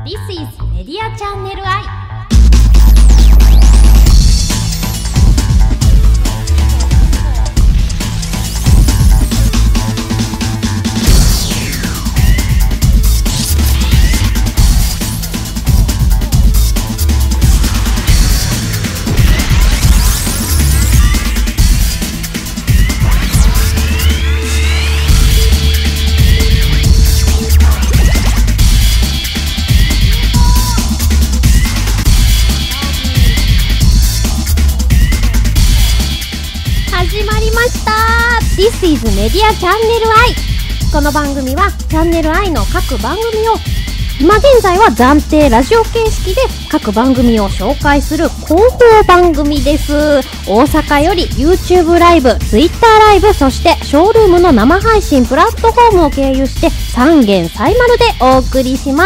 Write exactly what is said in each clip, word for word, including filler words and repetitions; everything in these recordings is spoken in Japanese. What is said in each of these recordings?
This is メディアチャンネル I。始まりました。 This is メディアチャンネル I。 この番組はチャンネル I の各番組を今現在は暫定ラジオ形式で各番組を紹介する広報番組です。大阪より YouTube ライブ、Twitter ライブ、そしてショールームの生配信プラットフォームを経由して三元サイマルでお送りします。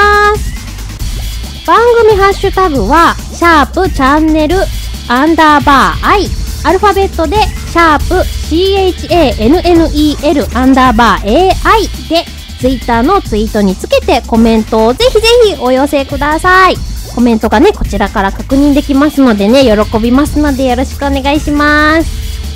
番組ハッシュタグはシャープチャンネルアンダーバー I、アルファベットでシャープ チャンネル アンダーバー エーアイ でツイッターのツイートにつけてコメントをぜひぜひお寄せください。コメントがねこちらから確認できますのでね、喜びますのでよろしくお願いします。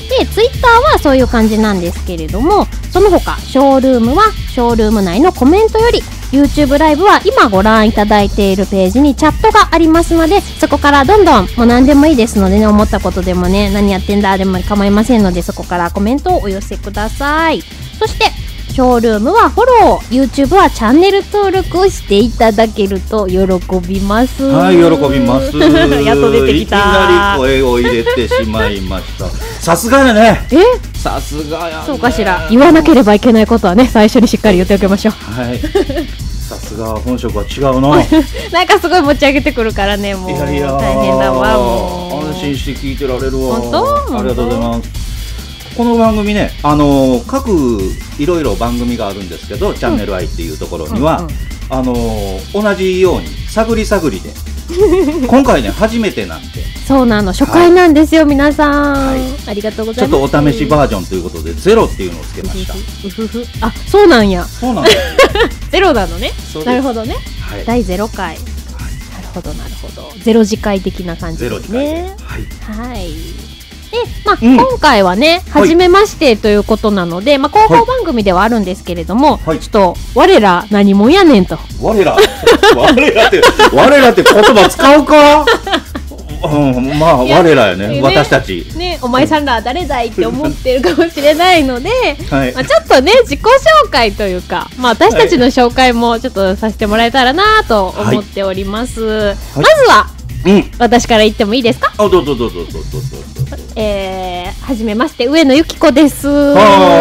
でツイッターはそういう感じなんですけれども、その他ショールームはショールーム内のコメントより、 YouTube ライブは今ご覧いただいているページにチャットがありますので、そこからどんどんもう何でもいいですのでね、思ったことでもね、何やってんだでも構いませんので、そこからコメントをお寄せください。そしてショールームはフォロー、 YouTube はチャンネル登録をしていただけると喜びます。 はい、喜びますやっと出てきた。 いきなり声を入れてしまいましたさすがやね。 えさすがやね。 そうかしら。言わなければいけないことはね最初にしっかり言っておきましょう。 はいさすが本職は違うななんかすごい持ち上げてくるからね、もういやいや大変だわ。もう安心して聞いてられるわ。 本当？ ありがとうございます。この番組ね、あのー、各いろいろ番組があるんですけど、チャンネル I っていうところには、うんうん、あのー、同じように探り探りで今回ね初めてなんでそうなの、初回なんですよ、はい、皆さん、はい、ありがとうございます。 ちょっとお試しバージョンということでゼロっていうのをつけました。 うふふ、あ、そうなんや。 そうなんですゼロなのね。なるほどね、 はい、 だいゼロかい、はい、なるほどなるほど、ゼロ次回的な感じですね。はい、はい、で、まあうん、今回はね初めましてということなので、まあ、広報番組ではあるんですけれども、はい、ちょっと我ら何もやねんと我ら我らって我らって言葉使うかうん、まあ我らやね、ね、私たちね、お前さんら誰だいって思ってるかもしれないので、はいまあ、ちょっとね自己紹介というか、まあ、私たちの紹介もちょっとさせてもらえたらなと思っております、はいはい、まずは、うん、私から言ってもいいですか。 あ、どうぞどうぞどうぞどうぞ。 えー、はじめまして上野由紀子です。は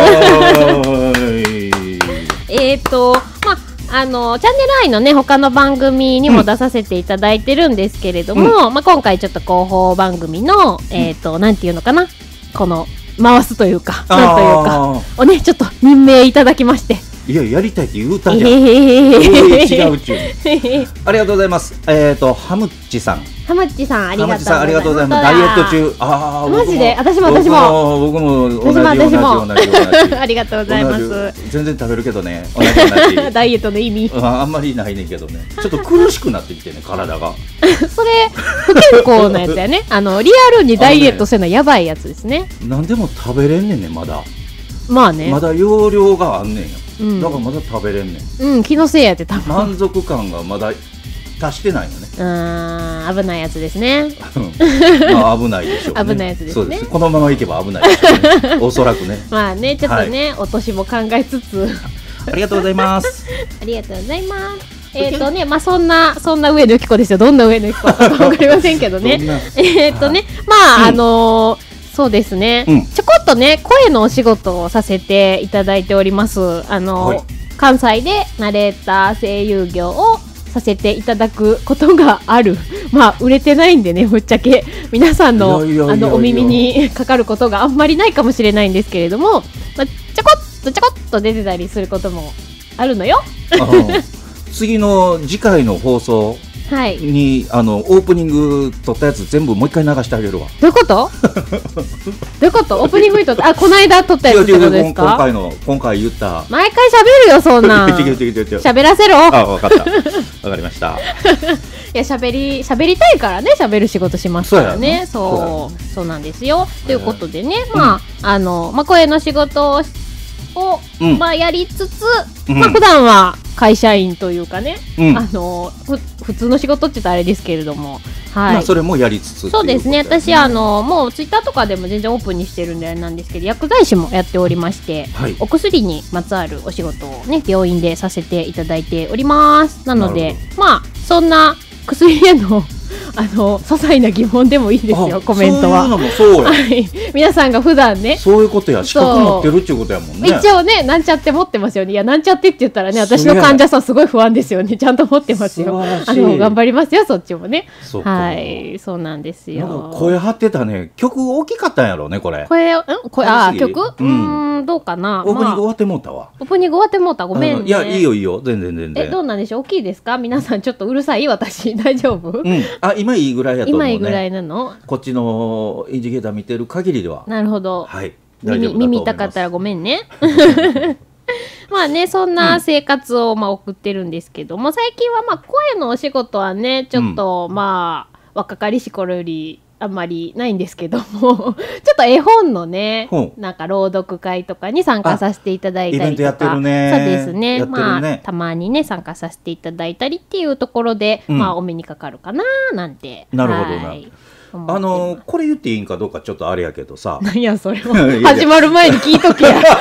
ーいえーとまああのチャンネル I のね他の番組にも出させていただいてるんですけれども、うんまあ、今回ちょっと広報番組の、えーと、なんていうのかな、この回すというかなんというかをねちょっと任命いただきまして、 いややりたいって言うたじゃん、えー、違うちゅうありがとうございます。えーとハムッチさんハムッチさんありがとうございます。 ありがとうございます。ダイエット中。ああ、 マジで私も私も僕も同じ私も同じ同じありがとうございます。 全然食べるけどね、同じ同じダイエットの意味あ, あんまりないねんけどね、ちょっと苦しくなってきてね体がそれ不健康なやつやねあのリアルにダイエットするのやばいやつですね。 何でも食べれんねんね、まだまあね、 まだ容量があんねんよ、うん、だからまだ食べれんねん。 うん、気のせいやって多分満足感がまだ足してないよね。 うーん、危ないやつですねまあ危ないでしょうね。 危ないやつですね。 そうです。このままいけば危ないでしょうねおそらくね。 まあね、ちょっとね、はい、お年も考えつつありがとうございますありがとうございます。えっ、ー、とね、まあそんなそんな上野由紀子ですよ。どんな上野由紀子かわかりませんけどねえっとね、まあ、うん、あのーそうですね、うん、ちょこっとね声のお仕事をさせていただいております。あの、はい、関西でナレーター声優業をさせていただくことがある。まあ売れてないんでね、ぶっちゃけ皆さんのあのお耳にかかることがあんまりないかもしれないんですけれども、まあ、ちょこっとちょこっと出てたりすることもあるのよあ次の次回の放送はいにあのオープニング撮ったやつ全部もう一回流してあげるわ。 どういうことどういうことオープニングに撮ったあこの間撮ったやつってことですか。 今回の今回言った毎回喋るよそんなん違う違う違う違う喋らせろ。 あ分かった分かりましたいや喋り喋りたいからね喋る仕事しますからね。そうそうそうなんですよ。ということでね、まあ、うん、あのまあ声の仕事をを、うん、まあやりつつ、うん、まあ普段は会社員というかね、うん、あのふ普通の仕事って言ったらあれですけれども、はい。まあそれもやりつつ、ね、 そうですね。私あのもうツイッターとかでも全然オープンにしてるんであれなんですけど、薬剤師もやっておりまして、はい、お薬にまつわるお仕事をね病院でさせていただいております。なのでまあそんな薬へのあの些細な疑問でもいいですよ。コメントはそういうのもそうや、 はい、皆さんが普段ねそういうことや資格持ってるっていうことやもんね。 一応ねなんちゃって持ってますよね。いやなんちゃってって言ったらね私の患者さんすごい不安ですよね。ちゃんと持ってますよ。あの頑張りますよそっちもね。はいそうなんですよ。 なんか声張ってたね。曲大きかったんやろうねこれ。 声ん声あ曲うーんどうかな。 オープニング終わってもうたわ。 オープニング終わってもうたごめんね。 いやいいよいいよ全然全然。 えどうなんでしょう大きいですか皆さん。ちょっとうるさい私大丈夫。 うんあ今いいぐらいやと思うね。 今いいぐらいなの。 こっちのインジケーター見てる限りでは。 なるほど。 はい。 耳耳痛かったらごめんね。まあねそんな生活をまあ送ってるんですけども、最近はまあ声のお仕事はねちょっとまあ若かりし頃よりあんまりないんですけどもちょっと絵本のねなんか朗読会とかに参加させていただいたりとか、イベントやってるね。そうですね。まあたまにね参加させていただいたりっていうところで、うん、まあお目にかかるかななんて。 なるほどな。はいあのー、これ言っていいんかどうかちょっとあれやけどさ何やそれは始まる前に聞いとけやもう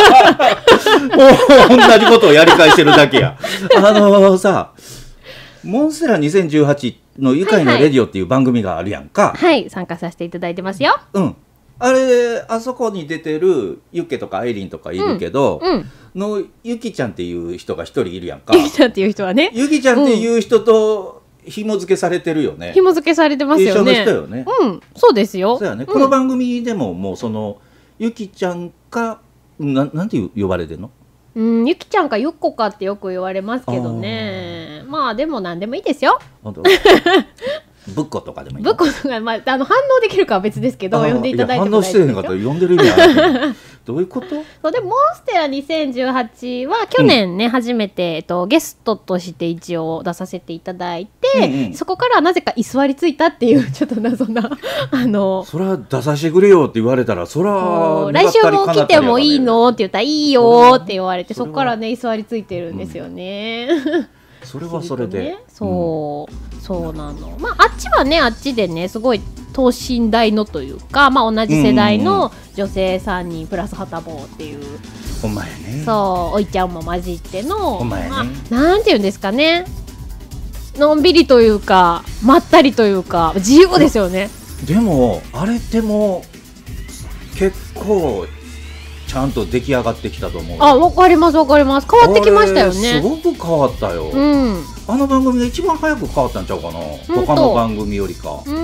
同じことをやり返してるだけやあのー、さモンステラにせんじゅうはちの愉快なレディオっていう番組があるやんか。 はい、はい、参加させていただいてますよ。 うんあれあそこに出てるユッケとかアイリンとかいるけど、うんうん、のユキちゃんっていう人が一人いるやんか。 ユキちゃんっていう人はねユキちゃんっていう人と、うん紐付けされてるよね。 紐付けされてますよね。 一緒の人よね。 うん、そうですよ。 そうやね。この番組でももうそのゆきちゃんかななんて呼ばれてるの？ うん、ゆきちゃんかゆっこかってよく言われますけどね。あまあでも何でもいいですよ。本当。 ぶっことかでもいい。 ぶっことかまああの反応できるかは別ですけど呼んでいただいても大丈夫ですよ。 反応してへんかったら呼んでる意味ある。どういうこと？ そうでモンステラにせんじゅうはちは去年ね、うん、初めて、えっと、ゲストとして一応出させていただいて、うんうん、そこからなぜか居座りついたっていうちょっと謎なあのそれは出させてくれよって言われたらそれは来週も来てもいいのって言ったらいいよって言われてそこからね居座りついてるんですよね、うんそれはそれで、ね、 そう、うん、そうなの。まああっちはねあっちでねすごい等身大のというか、まあ同じ世代の女性さんにんプラスはたぼうっていう。 お前ね。 そうおいちゃんも混じっての。 お前ね。 まあ、なんていうんですかね。のんびりというかまったりというか自由ですよね。 でもあれっても結構。ちゃんと出来上がってきたと思う。 あ、わかりますわかります。変わってきましたよね。 すごく変わったよ、 うん、 あの番組が一番早く変わったんちゃうかな他の番組よりか、 うん、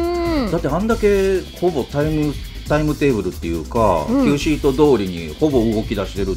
だってあんだけほぼタイムタイムテーブルっていうか、うん、Q シート通りにほぼ動き出してるって、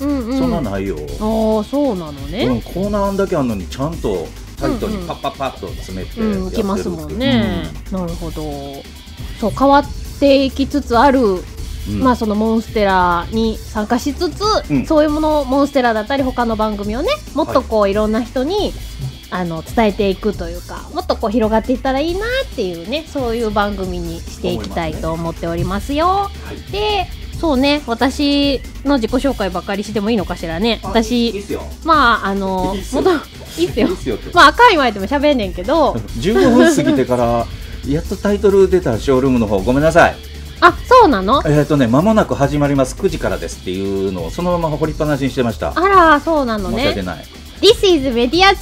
うんうん、そんなないよ。 ああそうなのね、 うん、コーナーあんだけあんのにちゃんとタイトにパッパッパッと詰めてやってるって、 うん、きますもんね、うん、なるほど。そう変わっていきつつあるうん、まあそのモンステラに参加しつつ、うん、そういうものモンステラだったり他の番組をねもっとこう、はい、いろんな人にあの伝えていくというかもっとこう広がっていったらいいなっていうねそういう番組にしていきたいと思っておりますよ、はい、でそうね私の自己紹介ばっかりしてもいいのかしらね。私いいっすよ。 まああのいいっすよいいっすよまあ赤い言われても喋んねんけどじゅうごふん過ぎてからやっとタイトル出たショールームの方ごめんなさい。 あ、そうなの？ えっとね、間もなく始まりますくじからですっていうのをそのまま掘りっぱなしにしてました。 あら、そうなのね。 申し訳ない。 This is Media Channel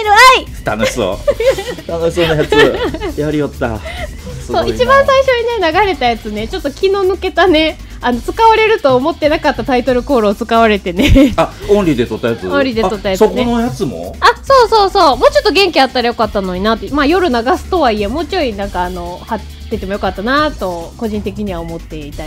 I。 楽しそう。楽しそうなやつやりよった。 そう一番最初にね流れたやつねちょっと気の抜けたねあの使われると思ってなかったタイトルコールを使われてねあ、オンリーで撮ったやつ。 オンリーで撮ったやつね。 そこのやつも？ あ、そうそうそう。もうちょっと元気あったらよかったのになって。まあ夜流すとはいえもうちょいなんかあの貼っててもよかったなと個人的には思っていたり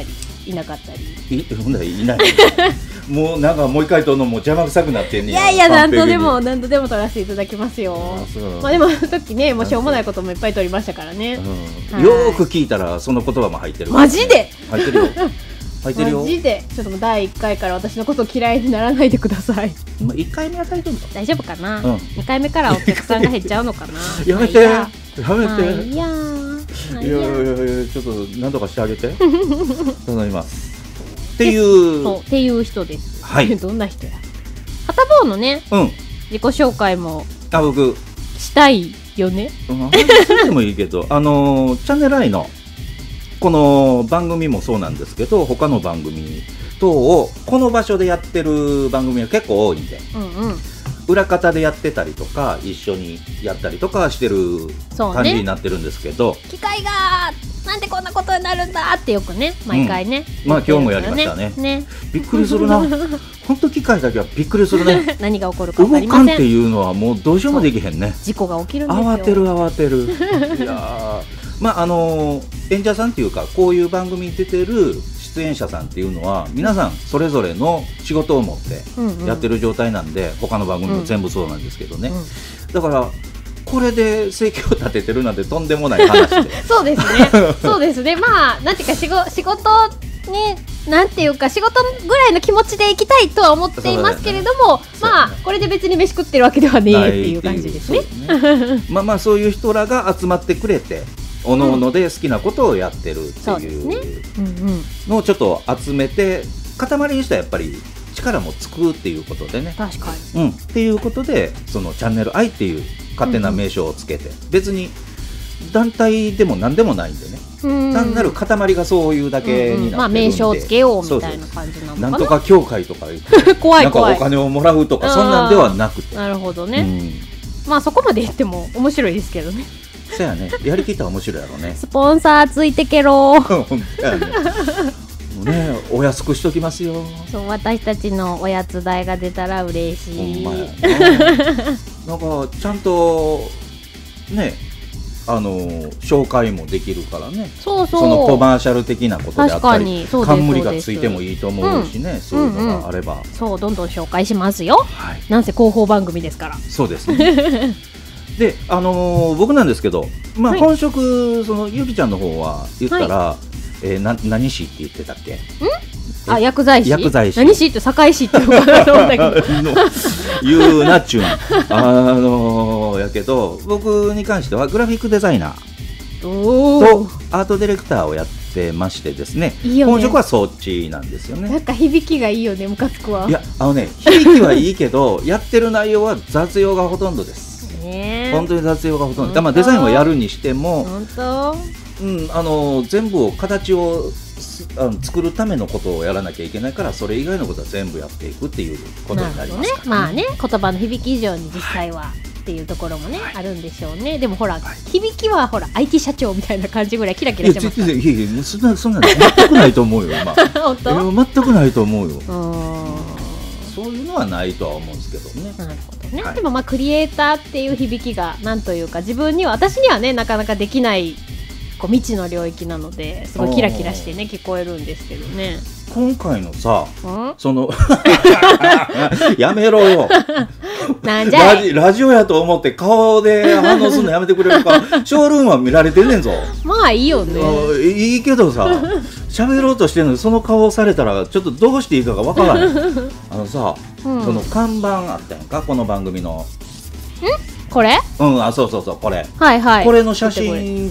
いなかったり。 いほんならいないもうなんかもう一回撮るのも邪魔くさくなってんねいやいや、何度でも何度でも撮らせていただきますよ。あ、まあでもあの時ね、もうしょうもないこともいっぱい撮りましたからね、 うん、よーく聞いたらその言葉も入ってる、ね、 マジで入ってるよ入ってるよ。 マジでちょっともうだいいっかいから私のことを嫌いにならないでください。 いっかいめは大丈夫だ、 大丈夫かな、うん、にかいめからお客さんが減っちゃうのかなやめてやめて、 まあ、いやいやいやいやちょっと何とかしてあげて頼みますっていうそうっていう人です、 はい、 どんな人や。はたぼうのね、 うん、 自己紹介もあ僕したいよね、 うん、でもいいけどあのチャンネルアイのこの番組もそうなんですけど、他の番組等をこの場所でやってる番組は結構多いんで、うんうん、裏方でやってたりとか一緒にやったりとかしてる感じになってるんですけど、ね、 機械がなんでこんなことになるんだってよくね毎回ね、 うん、まあ今日もやりました ね, ねびっくりするな本当機械だけはびっくりするね何が起こるか分かりません。 動かんっていうのはもうどうしようもできへんね。 事故が起きるんですよ。 慌てる慌てるいやまああの演者さんっていうかこういう番組に出てる出演者さんっていうのは皆さんそれぞれの仕事を持ってやってる状態なんで、うんうん、他の番組も全部そうなんですけどね、うんうん、だからこれで生計を立ててるなんてとんでもない話でそうですねそうですね。まあなんていうか仕事、仕事になんていうか仕事ぐらいの気持ちでいきたいとは思っていますけれども、ね、まあこれで別に飯食ってるわけではねえっていう感じですね。 まあまあそういう人らが集まってくれておのおので好きなことをやってるっていうのをちょっと集めて塊にしたらやっぱり力もつくっていうことでね。 確かに、 うん、っていうことでそのチャンネル アイ っていう勝手な名称をつけて、うん、別に団体でも何でもないんでね、単なる塊がそういうだけになってるんで、うんうん、まあ名称をつけようみたいな感じなのかな。 なんとか協会とか言って怖い怖いなんかお金をもらうとかそんなんではなくて。 なるほどね、うん、まあそこまで言っても面白いですけどね。 そうやね、やりきったら面白いやろね。 スポンサーついてけろー本当やねもうね、お安くしときますよ。 そう、私たちのおやつ代が出たら嬉しい。ほんまやなんかちゃんとね、あの紹介もできるからね。 そうそう、 そのコマーシャル的なことであったり、 確かに冠がついてもいいと思うしね、うん、そういうのがあれば、うんうん、 そうどんどん紹介しますよ、はい、なんせ広報番組ですから。 そうですねで、あのー、僕なんですけど、まあ、本職、はい、そのゆきちゃんの方は言ったら、はい、えー、な何市って言ってたっけ？ん？ あ、薬剤師？ 薬剤師。 何市って堺市って言うかと思ったけど言うなっちゅうんあのー、やけど僕に関してはグラフィックデザイナーとアートディレクターをやってましてですね、いいよね、本職はそっちなんですよね。 なんか響きがいいよね、ムカつくわ。 いや、あのね、響きはいいけどやってる内容は雑用がほとんどです。本当に雑用がほとんど、まあ、デザインをやるにしても本当、うん、あの全部を形をあの作るためのことをやらなきゃいけないから、それ以外のことは全部やっていくっていうことになりますからね。 まあね、言葉の響き以上に実際は、はい、っていうところもね、はい、あるんでしょうね。でもほら、はい、響きはほら アイティー 社長みたいな感じぐらいキラキラしてますから。いやいやいや、そんなそんな全くないと思うよ今本当全くないと思うよ。うんそういうのはないとは思うんですけどね。なるほどね、はい、でもまあクリエイターっていう響きがなんというか自分には私にはねなかなかできないこう未知の領域なのですごいキラキラしてね聞こえるんですけどね。今回のさそのやめろよなんじゃい ラジ、ラジオやと思って顔で反応するのやめてくれるかショールームは見られてんねんぞ。まあいいよね。いいけどさ喋ろうとしてるのにその顔をされたらちょっとどうしていいかがわからないあのさ、うん、その看板あったやんかこの番組のんこれうんあそうそうそうこれはいはいこれの写真って、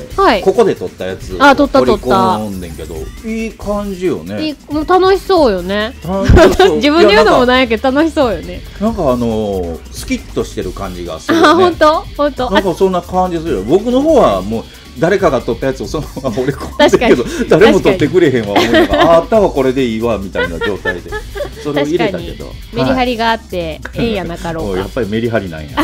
はい、ここで撮ったやつをあ撮った撮った撮んねんけどいい感じよね。いいもう楽しそうよね自分で言うのもないけど楽しそうよね。なんかあのー、スキッとしてる感じがするよね。あ本当本当なんかそんな感じするよ。僕の方はもう誰かが撮ったやつをそのまま俺込んでるけど誰も撮ってくれへんわ思いながら あ, あったわこれでいいわみたいな状態でそれを入れたけどメリハリがあってええんやなかろうかやっぱりメリハリなんや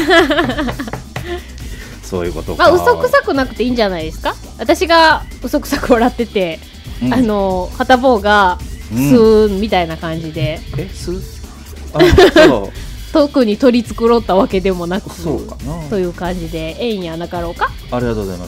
そういうことか。まあ嘘くさくなくていいんじゃないですか。私が嘘くさく笑ってて、うん、あのはたぼうがスーンみたいな感じで、うん、えスーあそう特に取り繕ったわけでもなくそうかなという感じでええんやなかろうか。ありがとうございます。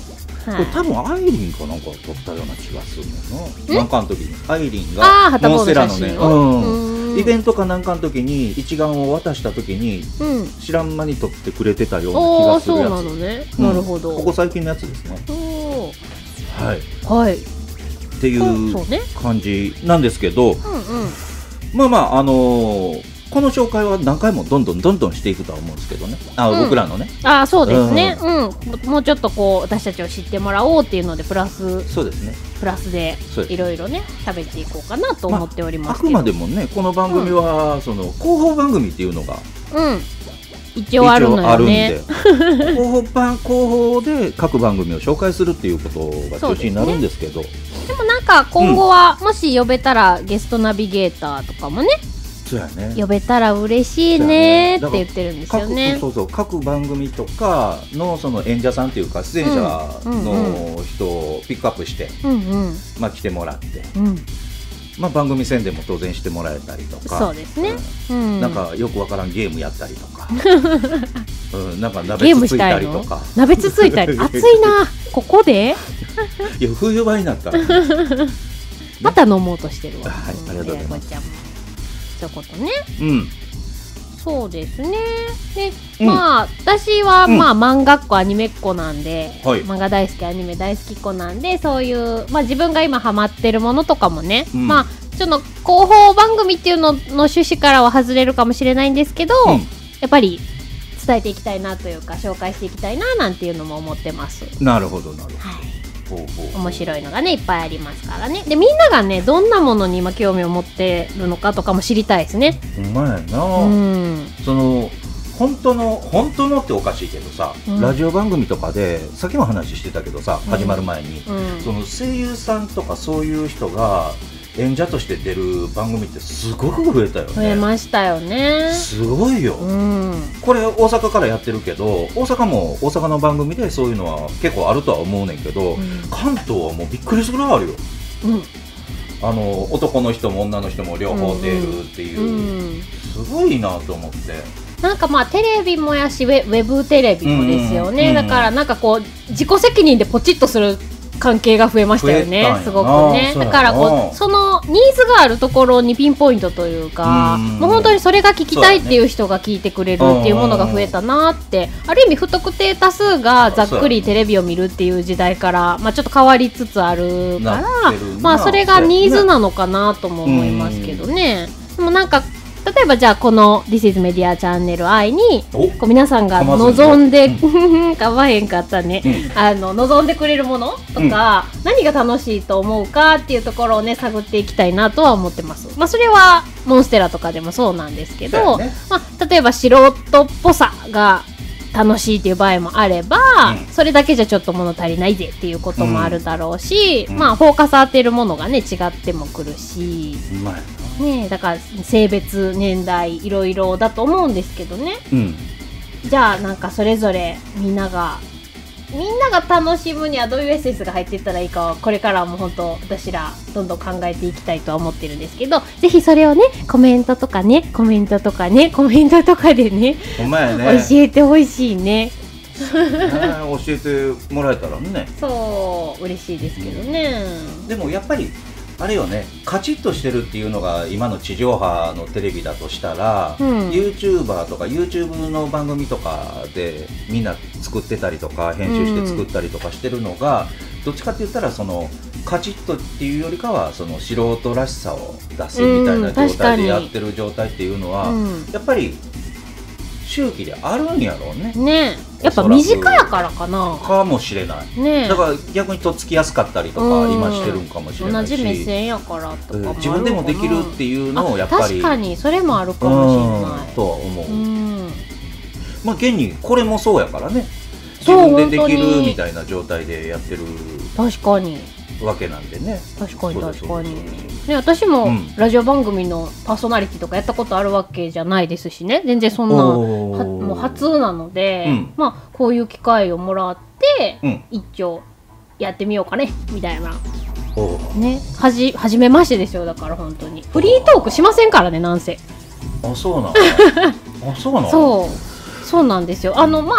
これ多分アイリンかなんか撮ったような気がするのよな。なんかの時にアイリンあーがモンステラのね、 旗本の写真をうん、イベントかなんかの時に一眼を渡した時に、 うん、 知らん間に撮ってくれてたような気おーがするやつ。 そうなのね、 うん、 なるほど。 ここ最近のやつですね。 おはいはいっていうそうね感じなんですけど、 うんうんまあまああのーこの紹介は何回もどんどんどんどんしていくとは思うんですけどね。あ、 うん、 僕らのね。 ああそうですね、 ううん、もうちょっとこう私たちを知ってもらおうっていうのでプラスそうですね。 プラスでそうですいろいろね喋っていこうかなと思っておりますけど、 まあ、あくまでもねこの番組は、うん、その広報番組っていうのが、 うん、一応あるのよね。 広報版広報で各番組を紹介するっていうことが中心になるんですけど、で,、ね、 でもなんか今後は、もし呼べたらゲストナビゲーターとかもね、 そうやね、 呼べたら嬉しいねって言ってるんですよね。 そうそう各番組とかのその演者さんというか出演者の人をピックアップして、うんうん、まあ、来てもらって、うん、まあ、番組宣伝も当然してもらえたりとか、 そうですね、うんうん、 なんかよくわからんゲームやったりとか、うん、なんか鍋つついたりとか、 鍋つついたり暑いなここでいや冬場になったら、ね、 また飲もうとしてるわ、 はい、ありがとうございます。 そういうことね、 うん、 そうですね。で、うん、まあ私は、うん、まあ漫画っ子アニメっ子なんで、はい、漫画大好きアニメ大好きっ子なんで、そういうまあ自分が今ハマってるものとかもね、うん、まあちょっと広報番組っていうのの趣旨からは外れるかもしれないんですけど、うん、やっぱり伝えていきたいなというか紹介していきたいななんていうのも思ってます。 なるほどなるほど、はい、 ほうほうほう、面白いのがねいっぱいありますからね。でみんながねどんなものに今興味を持ってるのかとかも知りたいですね。 ほんまやな、うん、その本当の本当のっておかしいけどさ、うん、ラジオ番組とかでさっきも話してたけどさ、うん、始まる前に、うん、その声優さんとかそういう人が演者として出る番組ってすごく増えたよね。 増えましたよね。 すごいよ、うん、これ大阪からやってるけど大阪も大阪の番組でそういうのは結構あるとは思うねんけど、うん、関東はもうびっくりするぐらいあるよ、うん、あの男の人も女の人も両方出るっていう、うんうん、すごいなと思って。 なんかまあテレビもやしウェ、ウェブテレビもですよね、うん、だからなんかこう自己責任でポチッとする関係が増えましたよね。すごくね。だからこうそのニーズがあるところにピンポイントというか、うもう本当にそれが聞きたいっていう人が聞いてくれるっていうものが増えたなって、ある意味不特定多数がざっくりテレビを見るっていう時代から、まあ、ちょっと変わりつつあるから、まあそれがニーズなのかなとも思いますけどね。でもなんか例えばじゃあこの This is Media Channel I にこう皆さんが望んでかまへんかったね、うん、あの望んでくれるものとか、うん、何が楽しいと思うかっていうところをね探っていきたいなとは思ってます。まあそれはモンステラとかでもそうなんですけど、ね、まあ、例えば素人っぽさが楽しいっていう場合もあれば、うん、それだけじゃちょっと物足りないぜっていうこともあるだろうし、うん、まあフォーカス当てるものがね違ってもくるし、うまいね、だから性別年代いろいろだと思うんですけどね、うん、じゃあなんかそれぞれみんながみんなが楽しむにはどういうエッセンスが入っていったらいいかはこれからはもう本当私らどんどん考えていきたいとは思ってるんですけど、ぜひそれをねコメントとかねコメントとかねコメントとかでね、 お前ね教えてほしいね教えてもらえたらねそう嬉しいですけどね、 うん、でもやっぱりあれよね、カチッとしてるっていうのが今の地上波のテレビだとしたら、うん、YouTuber とか YouTube の番組とかでみんな作ってたりとか編集して作ったりとかしてるのが、うん、どっちかって言ったらそのカチッとっていうよりかはその素人らしさを出すみたいな状態でやってる状態っていうのは、うん、やっぱり周期であるんやろうね。 ね、やっぱ短やからかな。 かもしれない。ね、だから逆にとっつきやすかったりとか今してるんかもしれないし。 同じ目線やからとかもあるかな。 自分でもできるっていうのをやっぱり。 確かにそれもあるかもしれない。 とは思う。うん、まあ現にこれもそうやからね。自分でできるみたいな状態でやってる。 確かに。 わけなんでね。 確かに確かにね、私もラジオ番組のパーソナリティとかやったことあるわけじゃないですしね、全然そんなはもう初なので、うん、まあこういう機会をもらって、うん、一丁やってみようかねみたいなね、はじ初めましてですよ。だから本当にフリートークしませんからね、なんせ。 あ、そうなのあ、そうなのそうそうなんですよ。あのまあ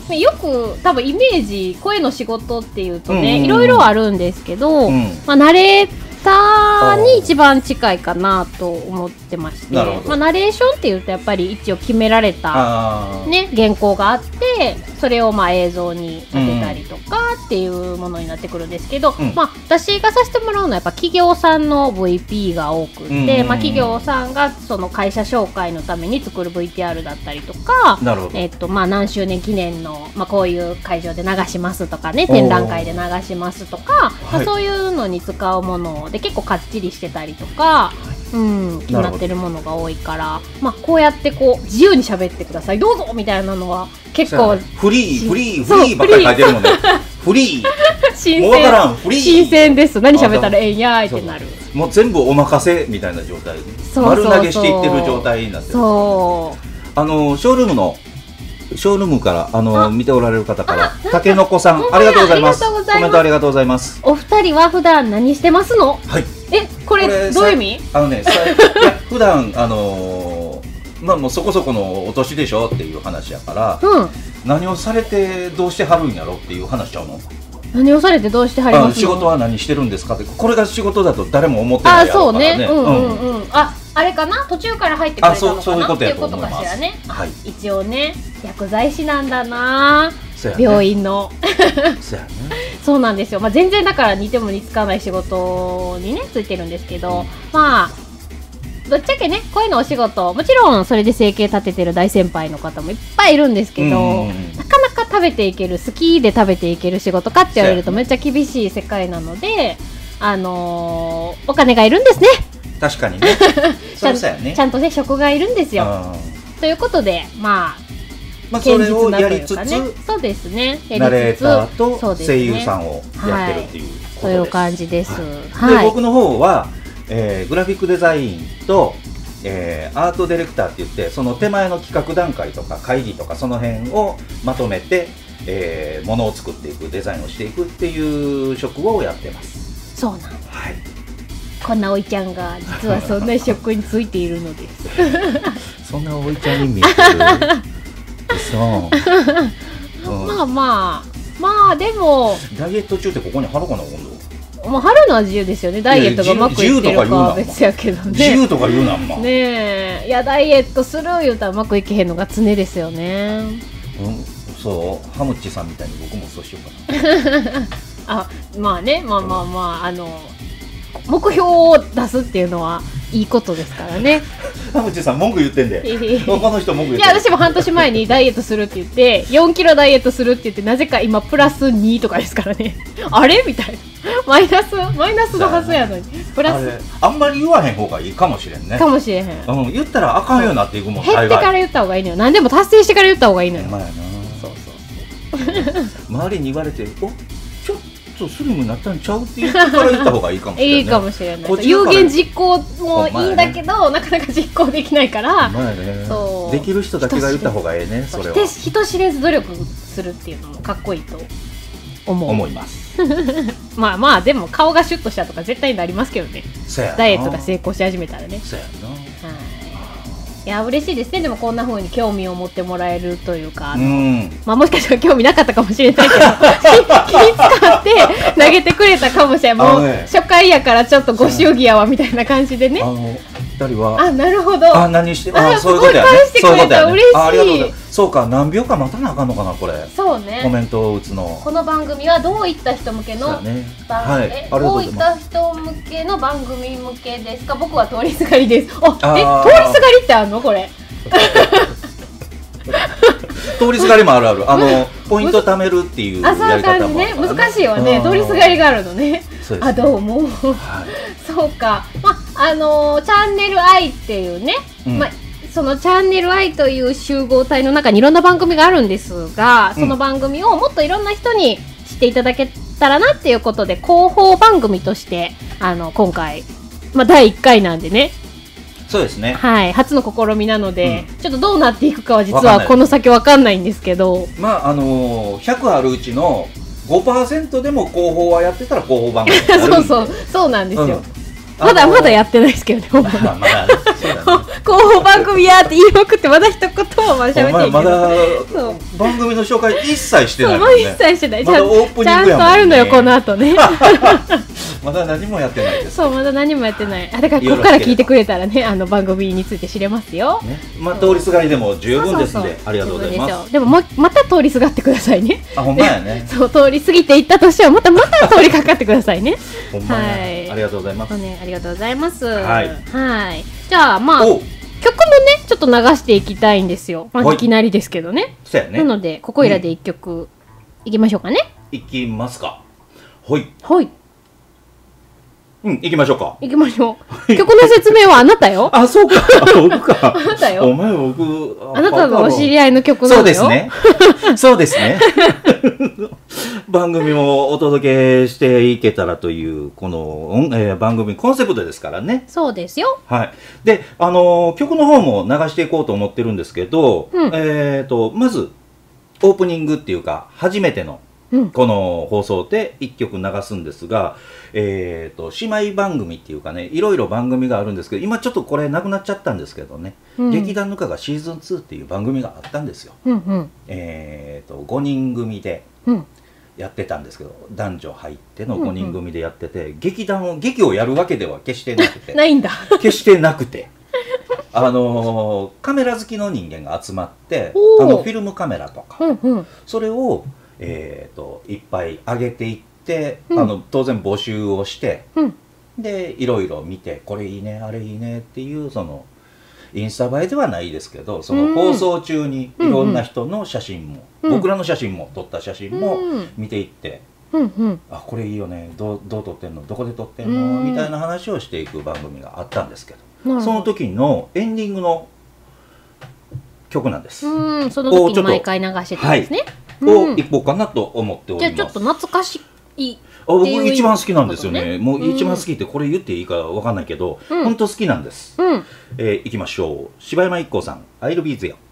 よく多分イメージ声の仕事っていうとね、うんうんうん、いろいろあるんですけど、うん、まあ、ナレーターに一番近いかなと思ってまして、まあ、ナレーションっていうとやっぱり一応決められた、ね、原稿があってそれをまあ映像に当てたりとかっていうものになってくるんですけど、うん、まあ、私がさせてもらうのはやっぱ企業さんの ブイピー が多くて、うんうんうん、まあ、企業さんがその会社紹介のために作る ブイティーアール だったりとか、えっとまあ、何周年記念の、まあ、こういう会場で流しますとかね、展覧会で流しますとか、まあ、そういうのに使うもので結構かっちりしてたりとか、うん、決まってるものが多いから、まあ、こうやってこう自由に喋ってくださいどうぞみたいなのは結構フリーフリーフリーばっかり書いてるもんねフリー新もうわからんフリー新鮮です。何喋ったらええんやーってなる。 もう全部お任せみたいな状態で丸投げしていってる状態になってる。そうあのショールームのショールームからあの見ておられる方からたけのこさんありがとうございます。コメントありがとうございます。 お二人は普段何してますの？ はい。 えこれ、これどういう意味？ あのね、さいや普段あのー、まあもうそこそこのお年でしょっていう話やから、うん、何をされてどうしてはるんやろっていう話ちゃうの？何をされてどうしてはりますの？ 仕事は何してるんですかって、これが仕事だと誰も思ってないやろうからね。あ、そうね。うんうんうん。 あ、あれかな？途中から入ってくれたのかな？あ、そう、そういうことやと思います。っていうことかしらね。 はい。 一応ね、薬剤師なんだな。ね、病院の。 そうやね。 そうなんですよ。まあ全然だから似ても似つかない仕事にねついてるんですけど、うん、まあぶっちゃけね声のお仕事もちろんそれで生計立ててる大先輩の方もいっぱいいるんですけど、うん、なかなか食べていける好きで食べていける仕事かって言われるとめっちゃ厳しい世界なので、あのー、お金がいるんですね。 確かにね。そうそうやね。 ちゃんとね職がいるんですよ。ということでまあ。 まあ、それをやりつつ、 そうですね、 ナレーターと声優さんをやってるっていうことです。 そういう感じです。 はいはい、で僕の方は、えー、グラフィックデザインと、えー、アートディレクターって言ってその手前の企画段階とか会議とかその辺をまとめて、えー、ものを作っていくデザインをしていくっていう職をやってます。 そうなんです、 はい、 こんなおいちゃんが実はそんな職についているのですそんなおいちゃんに見えてるそうまあまあまあでもダイエット中ってここに貼ろうかな今度。 まあ貼るのは自由ですよね。ダイエットがうまくいってるかは別やけどね。 自由とか言うなあんま。 ねえいやダイエットする言うたらうまくいけへんのが常ですよね。 うん、そうハムッチさんみたいに僕もそうしようかなあまあねまあまあまああの目標を出すっていうのはいいことですからね。 ハムチさん文句言ってんで他の人文句言ってんで。 いや私も半年前にダイエットするって言ってよんキロダイエットするって言ってなぜか今プラスにとかですからねあれみたいなマイナスマイナスのはずやのにプラスあ, あんまり言わへん方がいいかもしれんね。 かもしれへん、 うん、言ったらあかんようになっていくもん。 減ってから言った方がいいのよ。何でも達成してから言った方がいいのよ。 まあやなそうそうそう周りに言われておちょっとスリムになったんちゃうって言ってから言った方がいいかもしれない、ね、いいかもしれない。有言実行もいいんだけど、ね、なかなか実行できないから、 ね、そうできる人だけが言った方がいいね。それは人知れず努力するっていうのもかっこいいと思う思いますまあまあでも顔がシュッとしたとか絶対になりますけどね。ダイエットが成功し始めたらね。 そうやな、はいいや嬉しいですね。でもこんな風に興味を持ってもらえるというか、あの、うんまあ、もしかしたら興味なかったかもしれないけど気使って投げてくれたかもしれない。もう、ね、初回やからちょっとご祝儀やわみたいな感じでね。 あのふたりはあなるほどあ何してあそういうことやね。そういうことやね。あありがとうございます。そうか何秒か待たなあかんのかなこれ。 そうね。 コメントを打つの。 この番組はどういった人向けの番組、ねはい、どういった人向けの番組向けですか。僕は通りすがりです。あえ通りすがりってあるのこれ通りすがりもあるあるあのポイント貯めるっていうやり方もあるから、ね、 あそういう感じね。難しいわね。通りすがりがあるのね。そうですねあどうも、はい、そうかまあのー、チャンネル愛っていうね、うんまあそのチャンネル愛という集合体の中にいろんな番組があるんですが、その番組をもっといろんな人に知っていただけたらなっていうことで広報番組としてあの今回、まあ、だいいっかいなんでね。 そうですね、 はい、初の試みなので、うん、ちょっとどうなっていくかは実はこの先わかんないんですけど、 まああのー、ひゃくあるうちの ごパーセント でも広報はやってたら広報番組になるんでそうそうそうなんですよ、 うんまだまだやってないですけどね。 まだまだね、そうだね。 広報番組やって言いまくってまだ一言もまだ喋ってお前まだそう番組の紹介一切してないもんそうね。 一切してない。 まだオープニングやもんね。 ちゃんとあるのよこの後ね。 まだ何もやってないです。 そうまだ何もやってない。あだからここから聞いてくれたらねあの番組について知れますよ。 ね、まあ通りすがりでも十分ですのでありがとうございます。 でももまた通りすがってくださいね。 あほんまやね。 そう通り過ぎていったとしてはまたまた通りかかってくださいね。 ほんまや、 はい、 ありがとうございます。 ねありがとうございます。 はいはい。じゃあまあ。曲もねちょっと流していきたいんですよ、まあ、いきなりですけどね。 そうやね。 なのでここいらで一曲いきましょうかね。 いきますか。ほいほい。 うんいきましょうか。 いきましょう。曲の説明はあなたよ。 あそうか僕か。 あなたよ。 お前僕あなたのお知り合いの曲なのよ。 そうですね。そうですね。番組もお届けしていけたらというこの、えー、番組コンセプトですからね。 そうですよ。 はい。で、あのー、曲の方も流していこうと思ってるんですけど、 うん、 えっとまずオープニングっていうか初めてのこの放送でいっきょく流すんですが、えー、と姉妹番組っていうかねいろいろ番組があるんですけど今ちょっとこれなくなっちゃったんですけどね、うん、劇団ぬかがシーズンツーっていう番組があったんですよ。 うんうん、 えー、とごにん組でやってたんですけど、うん、男女入ってのごにん組でやってて、うんうん、劇団を劇をやるわけでは決してなくてないんだ決してなくてあのー、カメラ好きの人間が集まってあのフィルムカメラとか、うんうん、それをえー、といっぱい上げていって、うん、あの当然募集をして、うん、でいろいろ見てこれいいねあれいいねっていうそのインスタ映えではないですけどその放送中にいろんな人の写真も、うん、僕らの写真も撮った写真も見ていって、うんうん、あこれいいよねどう、どう撮ってんのどこで撮ってんの、うん、みたいな話をしていく番組があったんですけど、その時のエンディングの曲なんです。 うん、その時に毎回流してたんですね。はいをいこうかなと思っております。 じゃあちょっと懐かしい。 あ僕一番好きなんですよね。もう一番好きってこれ言っていいかわかんないけど、うん、本当好きなんです。うん、えー、いきましょう。柴山一行さん、I'll be there。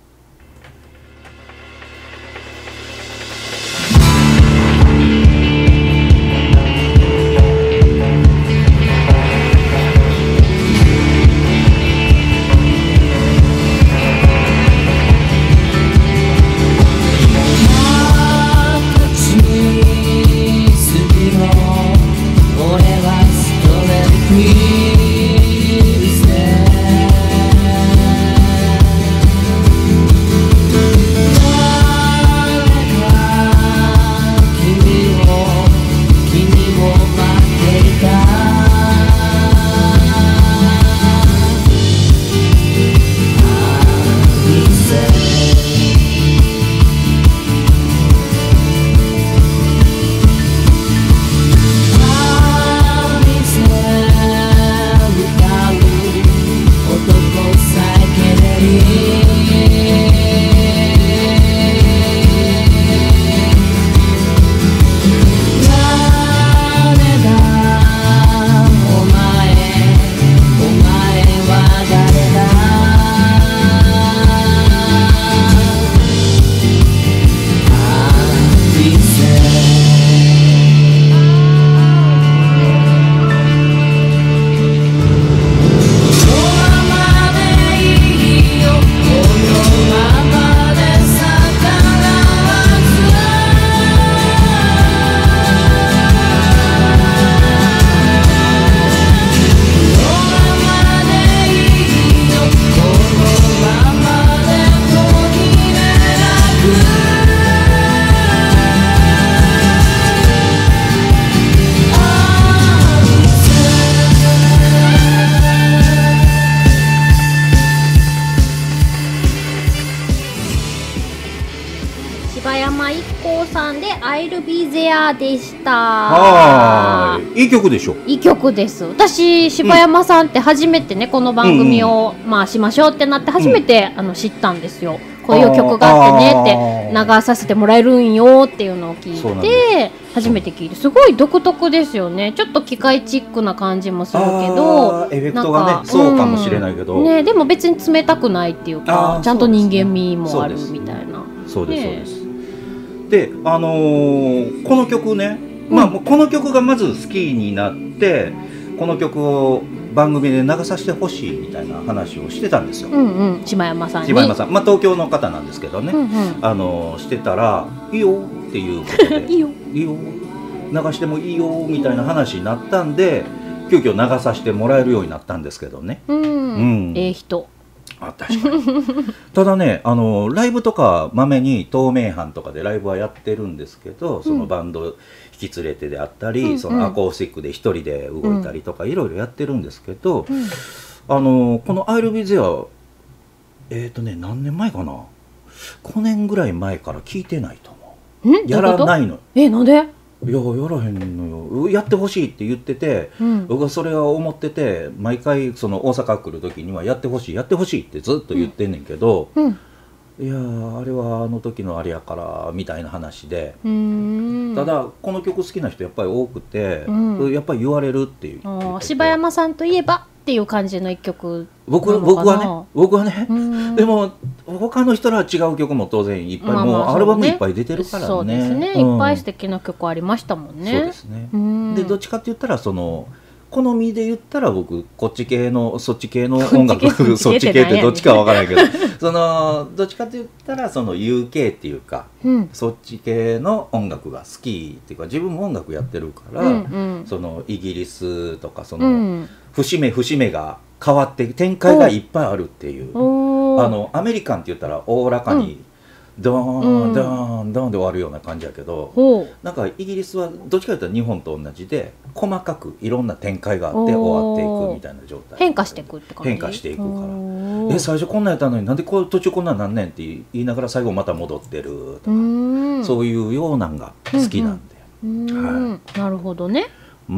I'll be there でした。 はい、いい曲でしょ。 いい曲です。私柴山さんって初めてね、うん、この番組を、うんうん、まあしましょうってなって初めて、うん、あの知ったんですよ。こういう曲があってねって流させてもらえるんよっていうのを聞いて初めて聞いて、すごい独特ですよね。ちょっと機械チックな感じもするけど、 エフェクトがねそうかもしれないけど、 うん、ね、でも別に冷たくないっていうか、ちゃんと人間味もあるみたいな。 そうですそうです。で、あのー、この曲ね、まあ、うん、この曲がまず好きになって、 この曲を番組で流させてほしいみたいな話をしてたんですよ、 うんうん、柴山さんに柴山さん、まあ、東京の方なんですけどね、 うんうん、 あのしてたらいいよっていうことでいいよいいよ流してもいいよみたいな話になったんで急遽流させてもらえるようになったんですけどね、 うん、 うん、 ええ人あ確かにただねあのライブとかまめに東名阪とかでライブはやってるんですけど、そのバンド引き連れてであったり、うん、そのアコースティックで一人で動いたりとかいろいろやってるんですけど、うん、あのこの「I'll Be There」えっとね何年前かなごねんぐらい前から聞いてないと思う。やらないの。 えなんでいややらへんのよやってほしいって言ってて、うん、僕はそれは思ってて毎回その大阪来る時にはやってほしいやってほしいってずっと言ってんねんけど、うんうん、いやあれはあの時のあれやからみたいな話で、うーんただこの曲好きな人やっぱり多くて、うん、やっぱり言われるっていう。 柴山さんといえばっていう感じの一曲僕僕はね僕はねでも他の人らは違う曲も当然いっぱい、まあまあもうアルバムいっぱい出てるからね。 そうですね、うん、いっぱい素敵な曲ありましたもんね。 そうですね。でどっちかって言ったらその好みで言ったら僕こっち系のそっち系の音楽そっち系ってどっちかは分からないけどそのどっちかって言ったらその ユーケー っていうか、うん、そっち系の音楽が好きっていうか自分も音楽やってるから、うんうん、そのイギリスとかその、うん節目節目が変わって展開がいっぱいあるっていうあのアメリカンって言ったらおおらかにドーンドーンドーンで終わるような感じやけど、うん、なんかイギリスはどっちかというと日本と同じで細かくいろんな展開があって終わっていくみたいな状態変化していくって感じ変化していくからえ最初こんなんやったのになんでこう途中こんなんなんねんって言いながら最後また戻ってるとかそういうようなんが好きなんで、 うんうんはい、なるほどねうん、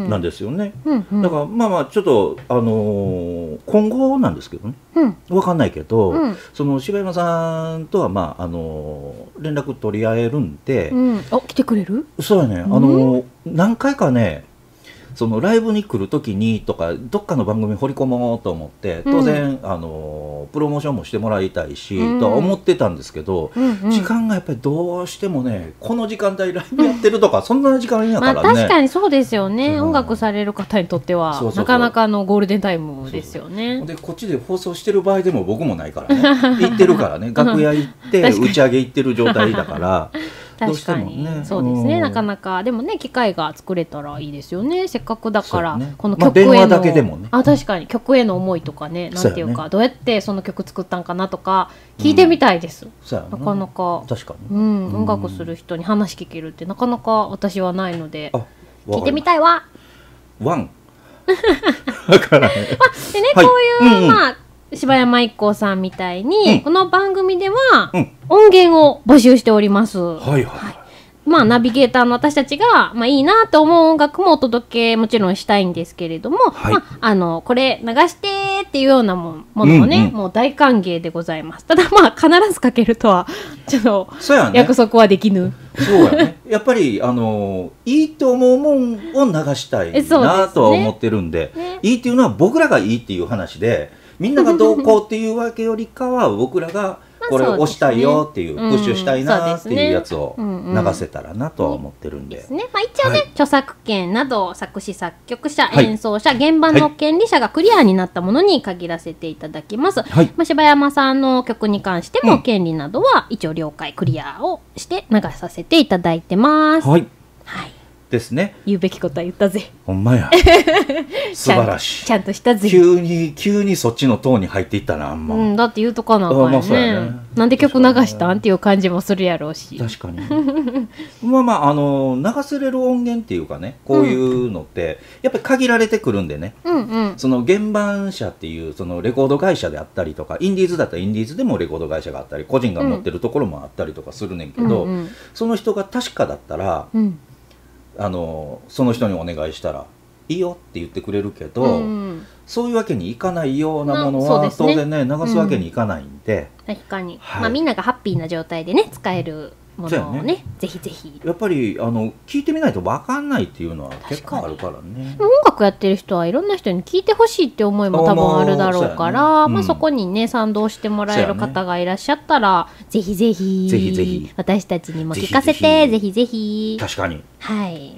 なんですよね、うんうん、だからまあまあちょっと、あのー、今後なんですけどね、うん、分かんないけど、うん、その柴山さんとはまあ、あのー、連絡取り合えるんで、うん、 あ来てくれるそうやね、あのー、何回かねそのライブに来る時にとかどっかの番組掘り込もうと思って当然、うん、あのプロモーションもしてもらいたいし、うん、とは思ってたんですけど、うんうん、時間がやっぱりどうしてもねこの時間帯ライブやってるとか、うん、そんな時間やからね、 まあ、確かにそうですよね音楽される方にとってはそうそうそうなかなかのゴールデンタイムですよね。 でこっちで放送してる場合でも僕もないからね行ってるからね楽屋行って打ち上げ行ってる状態だから確かに、ね、そうですね、うん、なかなかでもね機会が作れたらいいですよねせっかくだから、ね、この曲への、まあ、電話だけでもねあ確かに曲への思いとかねなんていうか、ね、どうやってその曲作ったんかなとか聞いてみたいです、うん、なかなか確かに、 うん、音楽する人に話聞けるってなかなか私はないので聞いてみたいわワンだからね、 まあ、でね、はい、こういう、うんうん、まあ柴山一行さんみたいに、うん、この番組では、うん、音源を募集しております、はいはいはい、まあナビゲーターの私たちが、まあ、いいなと思う音楽もお届けもちろんしたいんですけれども、はいまあ、あのこれ流してっていうようなものをね、うんうん、もう大歓迎でございます。ただまあ必ずかけるとはちょっと約束はできぬ。 そうやねやっぱりあのいいと思うもんを流したいなとは思ってるんで、ね、いいっていうのは僕らがいいっていう話でみんながどうこうっていうわけよりかは僕らがこれ押したいよっていう、プッシュしたいなっていうやつを流せたらなとは思ってるんで、ですね、 まあ、一応ね、はい、著作権など作詞作曲者、はい、演奏者現場の権利者がクリアになったものに限らせていただきます、はいまあ、柴山さんの曲に関しても権利などは一応了解クリアをして流させていただいてます。 はい、はいですね、 言うべきことは言ったぜほんまや素晴らしいちゃんとしたぜ急に急にそっちのトーンに入っていったなあんま、 うん、だって言うとかなあかんよね、まあね、なんで曲流したん、ね、っていう感じもするやろうし確かにまあまああの流せれる音源っていうかねこういうのって、うん、やっぱり限られてくるんでね、うんうん、その原版社っていうそのレコード会社であったりとかインディーズだったらインディーズでもレコード会社があったり個人が持ってるところもあったりとかするねんけど、うんうん、その人が確かだったら、うんあのその人にお願いしたらいいよって言ってくれるけど、うん、そういうわけにいかないようなものは、まあね、当然ね流すわけにいかないんで、 うん、確かに、はいまあ、みんながハッピーな状態でね使えるものを ね, ねぜひぜひやっぱりあの聞いてみないと分かんないっていうのは結構あるからね。 音楽やってる人はいろんな人に聞いてほしいって思いも多分あるだろうから、そ, う、ねうんまあ、そこにね賛同してもらえる方がいらっしゃったら、ね、ぜひぜひぜひぜひ私たちにも聞かせてぜひぜひ確かにはい、 うん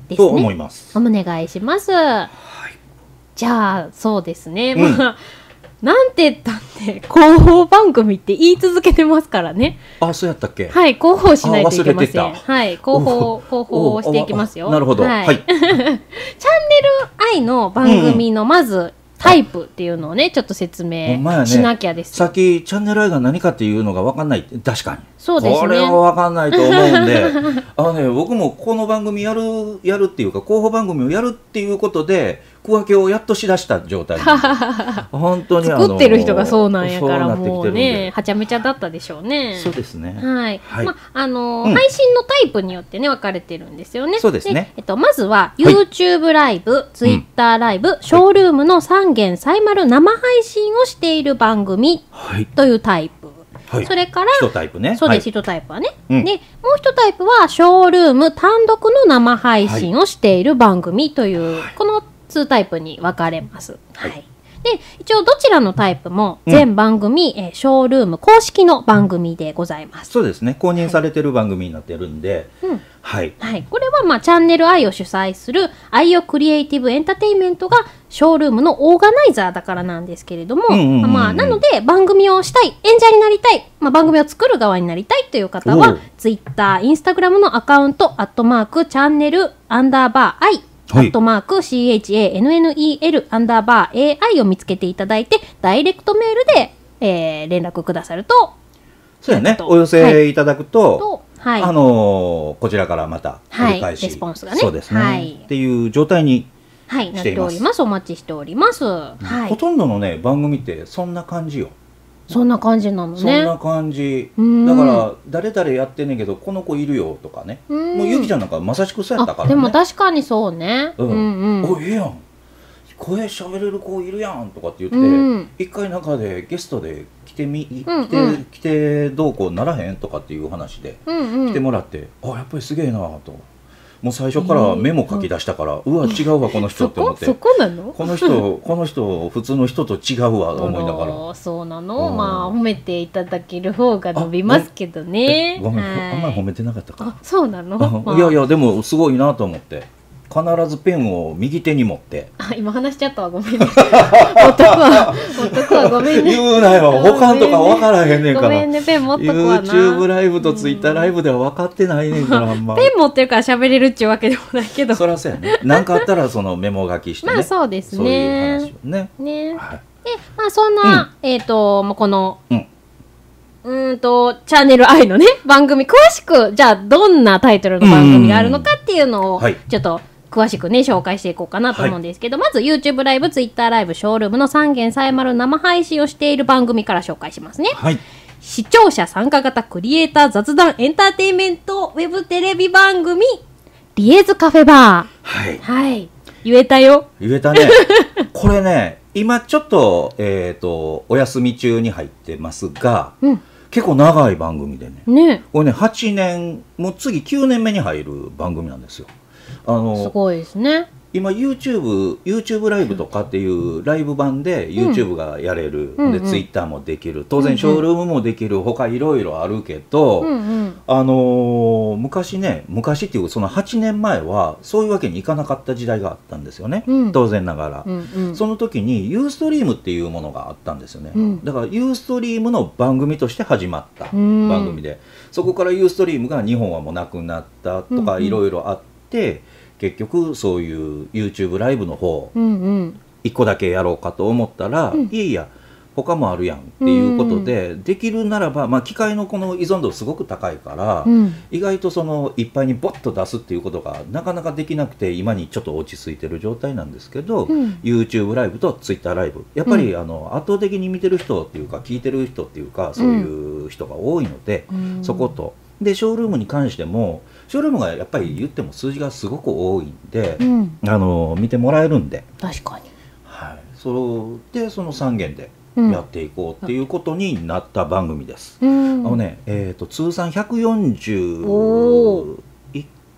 ですね。 と思います。 お願いします。 はい、 じゃあそうですね、 うん、 まあなんて言ったって広報番組って言い続けてますからね。 あ、そうやったっけ。 はい、広報しないといけません。 はい、 広報広報をしていきますよ。 なるほど。 はい、 はい、 チャンネル愛の番組のまずタイプっていうのをね、ちょっと説明しなきゃです。 さっきチャンネル愛が何かっていうのが分かんない。確かにそうですね、 これは分かんないと思うんであの、ね、僕もこの番組やるやるっていうか広報番組をやるっていうことで区分けをやっとしだした状態本当に作ってる人がそうなんやからもうねはちゃめちゃだったでしょうね。 そうですね。 はい、はい、まあのーうん、 配信のタイプによってね分かれてるんですよね。 そうですね。 で、えっと、まずは YouTube ライブ、はい、Twitter ライブ、うん、ショールームのさんげんさいまる生配信をしている番組というタイプ、はい、それからいちタイプね。 そうです、いち、はい、タイプはね、うん、でもういちタイプはショールーム単独の生配信をしている番組という、はい、このにタイプに分かれます。はい、で一応どちらのタイプも全番組、うん、えー、ショールーム公式の番組でございます。 そうですね、公認されてる番組になってるんで、はい、うんはいはい、これはまあチャンネル愛を主催する愛をクリエイティブエンターテインメントがショールームのオーガナイザーだからなんですけれども、まあなので番組をしたい、演者になりたい、まあ、番組を作る側になりたいという方は Twitter、Instagram のアカウントアットマークチャンネルアンダーバーアイアットマーク チャンネル アンダーバー エーアイ を見つけていただいてダイレクトメールで、えー、連絡くださると、 そうやね、お寄せいただくと、 はい、 あのー、こちらからまた繰り返し、 はい、レスポンスがね、 そうですね、 はい、 っていう状態にはい、なっております。お待ちしております。はい、 ほとんどのね番組ってそんな感じよ。 そんな感じなのね。 そんな感じ。だから誰々やってんねんけどこの子いるよとかね。もうゆきちゃんなんかまさしくそうやったからね。 でも確かにそうね。 うんうんうん。お、ええやん。声喋れる子いるやんとかって言って、うん、一回中でゲストで来てみ、来て、うんうん、来てどうこうならへんとかっていう話で来てもらって、うんうん、あ、やっぱりすげえなと。もう最初からメモ書き出したから、えー、うわ違うわこの人って思ってそこ、そこなのこの人この人普通の人と違うわ思いながらそうなの、うん、まあ褒めていただける方が伸びますけどね。 ごめん、はい、あんまり褒めてなかったか。 あ、そうなの、まあ、 いやいやでもすごいなと思って必ずペンを右手に持って。 あ、今話しちゃったわ、ごめんね男は男はごめんね言うなよ、他とか分からへんねんから。 ごめんね、ペン持っとくわな。 YouTube ライブと Twitter ライブでは分かってないねんから、あんまペン持ってるから喋れるっちゅうわけでもないけどそりゃそうやね、何かあったらそのメモ書きしてねまあそうですね、 そういう話をねね、はい、でまあそんな、うん、えっ、ー、とこの、うんうんとチャンネル愛のね番組詳しくじゃあどんなタイトルの番組があるのかっていうのをちょっと詳しくね紹介していこうかなと思うんですけど、はい、まず YouTube ライブ、Twitter ライブ、ショールームのさんげんさいまる生配信をしている番組から紹介しますね、はい、視聴者参加型クリエイター雑談エンターテインメントウェブテレビ番組リエズカフェバー、はい、はい、言えたよ言えたねこれね今ちょっと、えーと、お休み中に入ってますが、うん、結構長い番組で ね, ねこれねはちねんもう次きゅうねんめに入る番組なんですよ。あのすごいですね。 今 YouTube, YouTube ライブとかっていうライブ版で YouTube がやれる、うん、で Twitter もできる、当然ショールームもできる、他いろいろあるけど、うんうん、あのー、昔ね昔っていうそのはちねんまえはそういうわけにいかなかった時代があったんですよね、うん、当然ながら、うんうん、その時に Ustream っていうものがあったんですよね、うん、だから Ustream の番組として始まった番組で、うん、そこから Ustream が日本はもうなくなったとかいろいろあって、うんうん結局そういう YouTube ライブの方、うんうん、いっこだけやろうかと思ったら、うん、いやいや他もあるやんっていうことで、うん、できるならば、まあ、機械のこの依存度すごく高いから、うん、意外とそのいっぱいにボッと出すっていうことがなかなかできなくて今にちょっと落ち着いてる状態なんですけど、うん、YouTube ライブと Twitter ライブやっぱり、うん、あの圧倒的に見てる人っていうか聞いてる人っていうかそういう人が多いので、うん、そことでショールームに関してもショールームがやっぱり言っても数字がすごく多いんで、うん、あの見てもらえるんで確かに、 はい、それでそのさんげんでやっていこうっていうことになった番組です、うん、あのね、えーと、通算ひゃくよんじゅういっ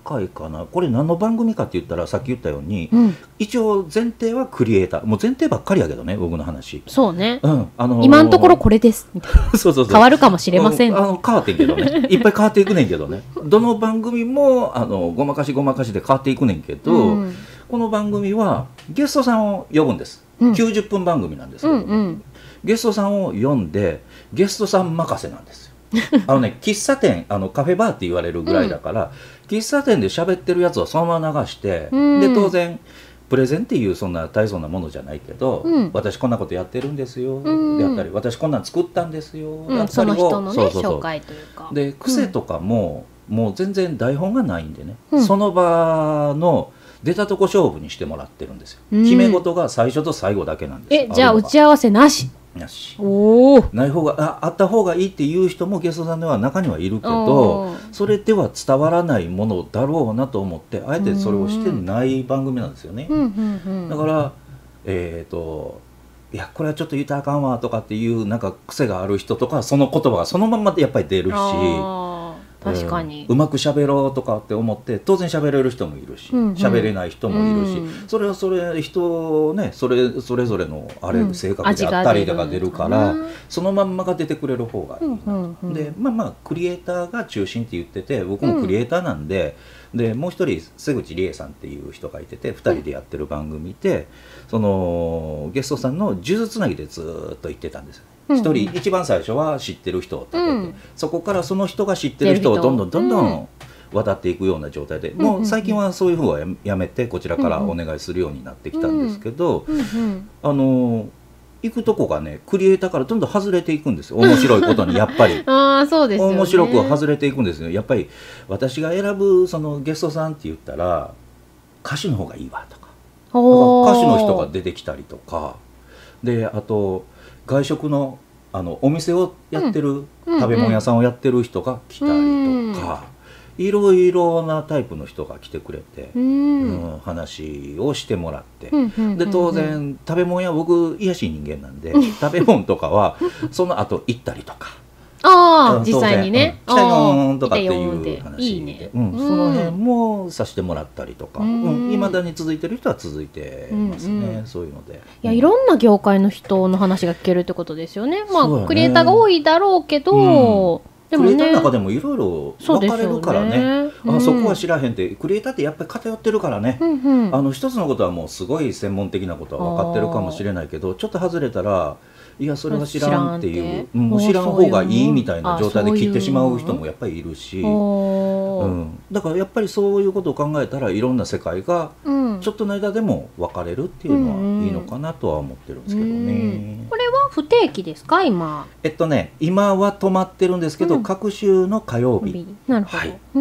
回かな。これ何の番組かって言ったらさっき言ったように、 うん、 一応前提はクリエイター、もう前提ばっかりやけどね僕の話。 そうね、 うんあのー、 今のところこれですみたいなそうそうそう変わるかもしれません、 うん、あの変わってんけどねいっぱい変わっていくねんけどねどの番組もあのごまかしごまかしで変わっていくねんけど、うん、この番組はゲストさんを呼ぶんです、うん、きゅうじゅっぷん番組なんですけど、うんうん、ゲストさんを呼んでゲストさん任せなんですよあのね喫茶店あのカフェバーって言われるぐらいだから、うん、喫茶店で喋ってるやつをそのまま流して、うん、で当然プレゼンっていうそんな大層なものじゃないけど、うん、私こんなことやってるんですよ、うん、であったり私こんなん作ったんですよ、 うん、だったりをその人のねそうそうそう紹介というかで癖とかも、うん、もう全然台本がないんでね、うん、その場の出たとこ勝負にしてもらってるんですよ、うん、決め事が最初と最後だけなんです。 えじゃあ打ち合わせなしなしおない方が あ, あった方がいいっていう人もゲストさんでは中にはいるけどそれでは伝わらないものだろうなと思ってあえてそれをしてない番組なんですよね、うんうんうん、だからえっ、ー、といやこれはちょっと言ったらあかんわとかっていうなんか癖がある人とかその言葉がそのままでやっぱり出るし確かに、 うん、うまく喋ろうとかって思って当然喋れる人もいるし喋、うんうん、れない人もいるし、うん、それはそれ人ねそれそれぞれのあれ、うん、性格であったりとか出るから、うん、そのまんまが出てくれる方がいい、うんうんうん、でまあまあクリエイターが中心って言ってて僕もクリエイターなんで、うん、でもう一人瀬口理恵さんっていう人がいててふたりでやってる番組で、うん、そのゲストさんの呪術つなぎでずっと言ってたんですよね。一人一番最初は知ってる人を立てて、うん、そこからその人が知ってる人をどんどんどんどん渡っていくような状態で、うん、もう最近はそういうふうはやめてこちらからお願いするようになってきたんですけど、うんうん、あの行くとこがねクリエイターからどんどん外れていくんですよ面白いことにやっぱりあそうですよね、 面白く外れていくんですよ。やっぱり私が選ぶそのゲストさんって言ったら歌手の方がいいわとか歌手の人が出てきたりとかであと外食 の, あのお店をやってる、うん、食べ物屋さんをやってる人が来たりとか、うん、いろいろなタイプの人が来てくれて、うんうん、話をしてもらって、うん、で当然食べ物屋僕癒やしい人間なんで、うん、食べ物とかはその後行ったりとかああ実際にね、 うん、来たよーんとかっていう話でいい、ねうん、その辺もさせてもらったりとかいま、うんうん、だに続いてる人は続いてますね、うんうん、そういうのでいやいろんな業界の人の話が聞けるってことですよね。まあね、クリエイターが多いだろうけど、うんでもね、クリエイターの中でもいろいろ分かれるからね、 そ, ね、うん、あそこは知らへんってクリエイターってやっぱり偏ってるからね、うんうん、あの一つのことはもうすごい専門的なことは分かってるかもしれないけどちょっと外れたらいやそれは知らんっていう知らん、うん、知らん方がいいみたいな状態で切ってしまう人もやっぱりいるし、うん、だからやっぱりそういうことを考えたらいろんな世界がちょっとの間でも分かれるっていうのはいいのかなとは思ってるんですけどね、うんうん、 これは不定期ですか今？ えっとね今は止まってるんですけど、うん、各週の火曜日、 なるほど、はい、 うん、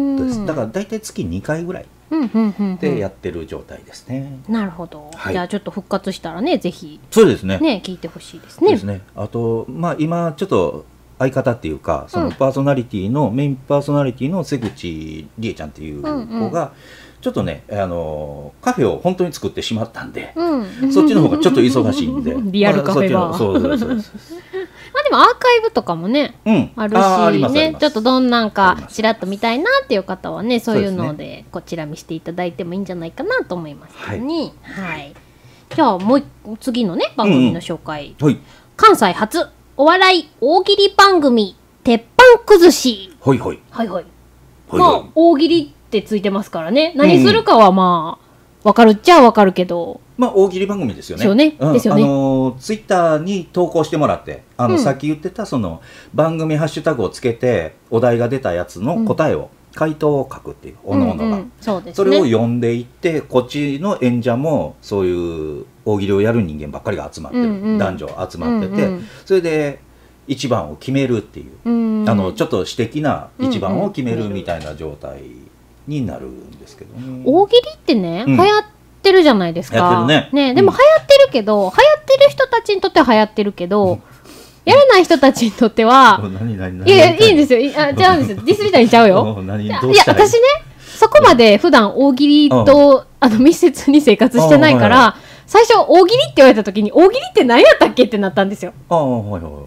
だからだいたい月にかいぐらいでやってる状態ですね。 なるほど、はい、じゃあちょっと復活したらねぜひそうですね、 ね聞いてほしいですね。 ですね。あとまあ今ちょっと相方っていうかそのパーソナリティの、うん、メインパーソナリティの瀬口理恵ちゃんっていう子が、うんうん、ちょっとねあのカフェを本当に作ってしまったんで、うん、そっちの方がちょっと忙しいんでリアルカフェバー、まあ、 そうそうそうそうまあでもアーカイブとかもね、うん、あるしああねちょっとどんなんかちらっと見たいなっていう方はねそういうのでこちら見せていただいてもいいんじゃないかなと思いますけどね、はいはい、じゃあもう次のね番組の紹介、うんうんはい、関西初お笑い大喜利番組鉄板崩しはいはいはいはいまあ大喜利ってついてますからね何するかはまあ、うん、分かるっちゃ分かるけどまあ大喜利番組ですよね。 そうね、うん、ですよね。 あのツイッターに投稿してもらってあの、うん、さっき言ってたその番組ハッシュタグをつけてお題が出たやつの答えを、うん、回答を書くっていうおのおのが、うんうんそうですね、それを読んでいってこっちの演者もそういう大喜利をやる人間ばっかりが集まってる、うんうん、男女集まってて、うんうん、それで一番を決めるっていう、うんうん、あのちょっと私的な一番を決めるみたいな状態になるんですけどね、うんうん、 大喜利ってね、うん、流行ってるじゃないですか。 やってるね。 ね、でも流行ってるけど、うん、流行ってる人たちにとっては流行ってるけど、うん、やらない人たちにとっては、 何何何いやいいんですよ。あ、ちゃうんですよ。ディスりたいんちゃうよ。 何いや私ね、そこまで普段大喜利と、うん、あの密接に生活してないから、うん、最初大喜利って言われた時に大喜利って何やったっけってなったんですよ。 あ、はいはいはい。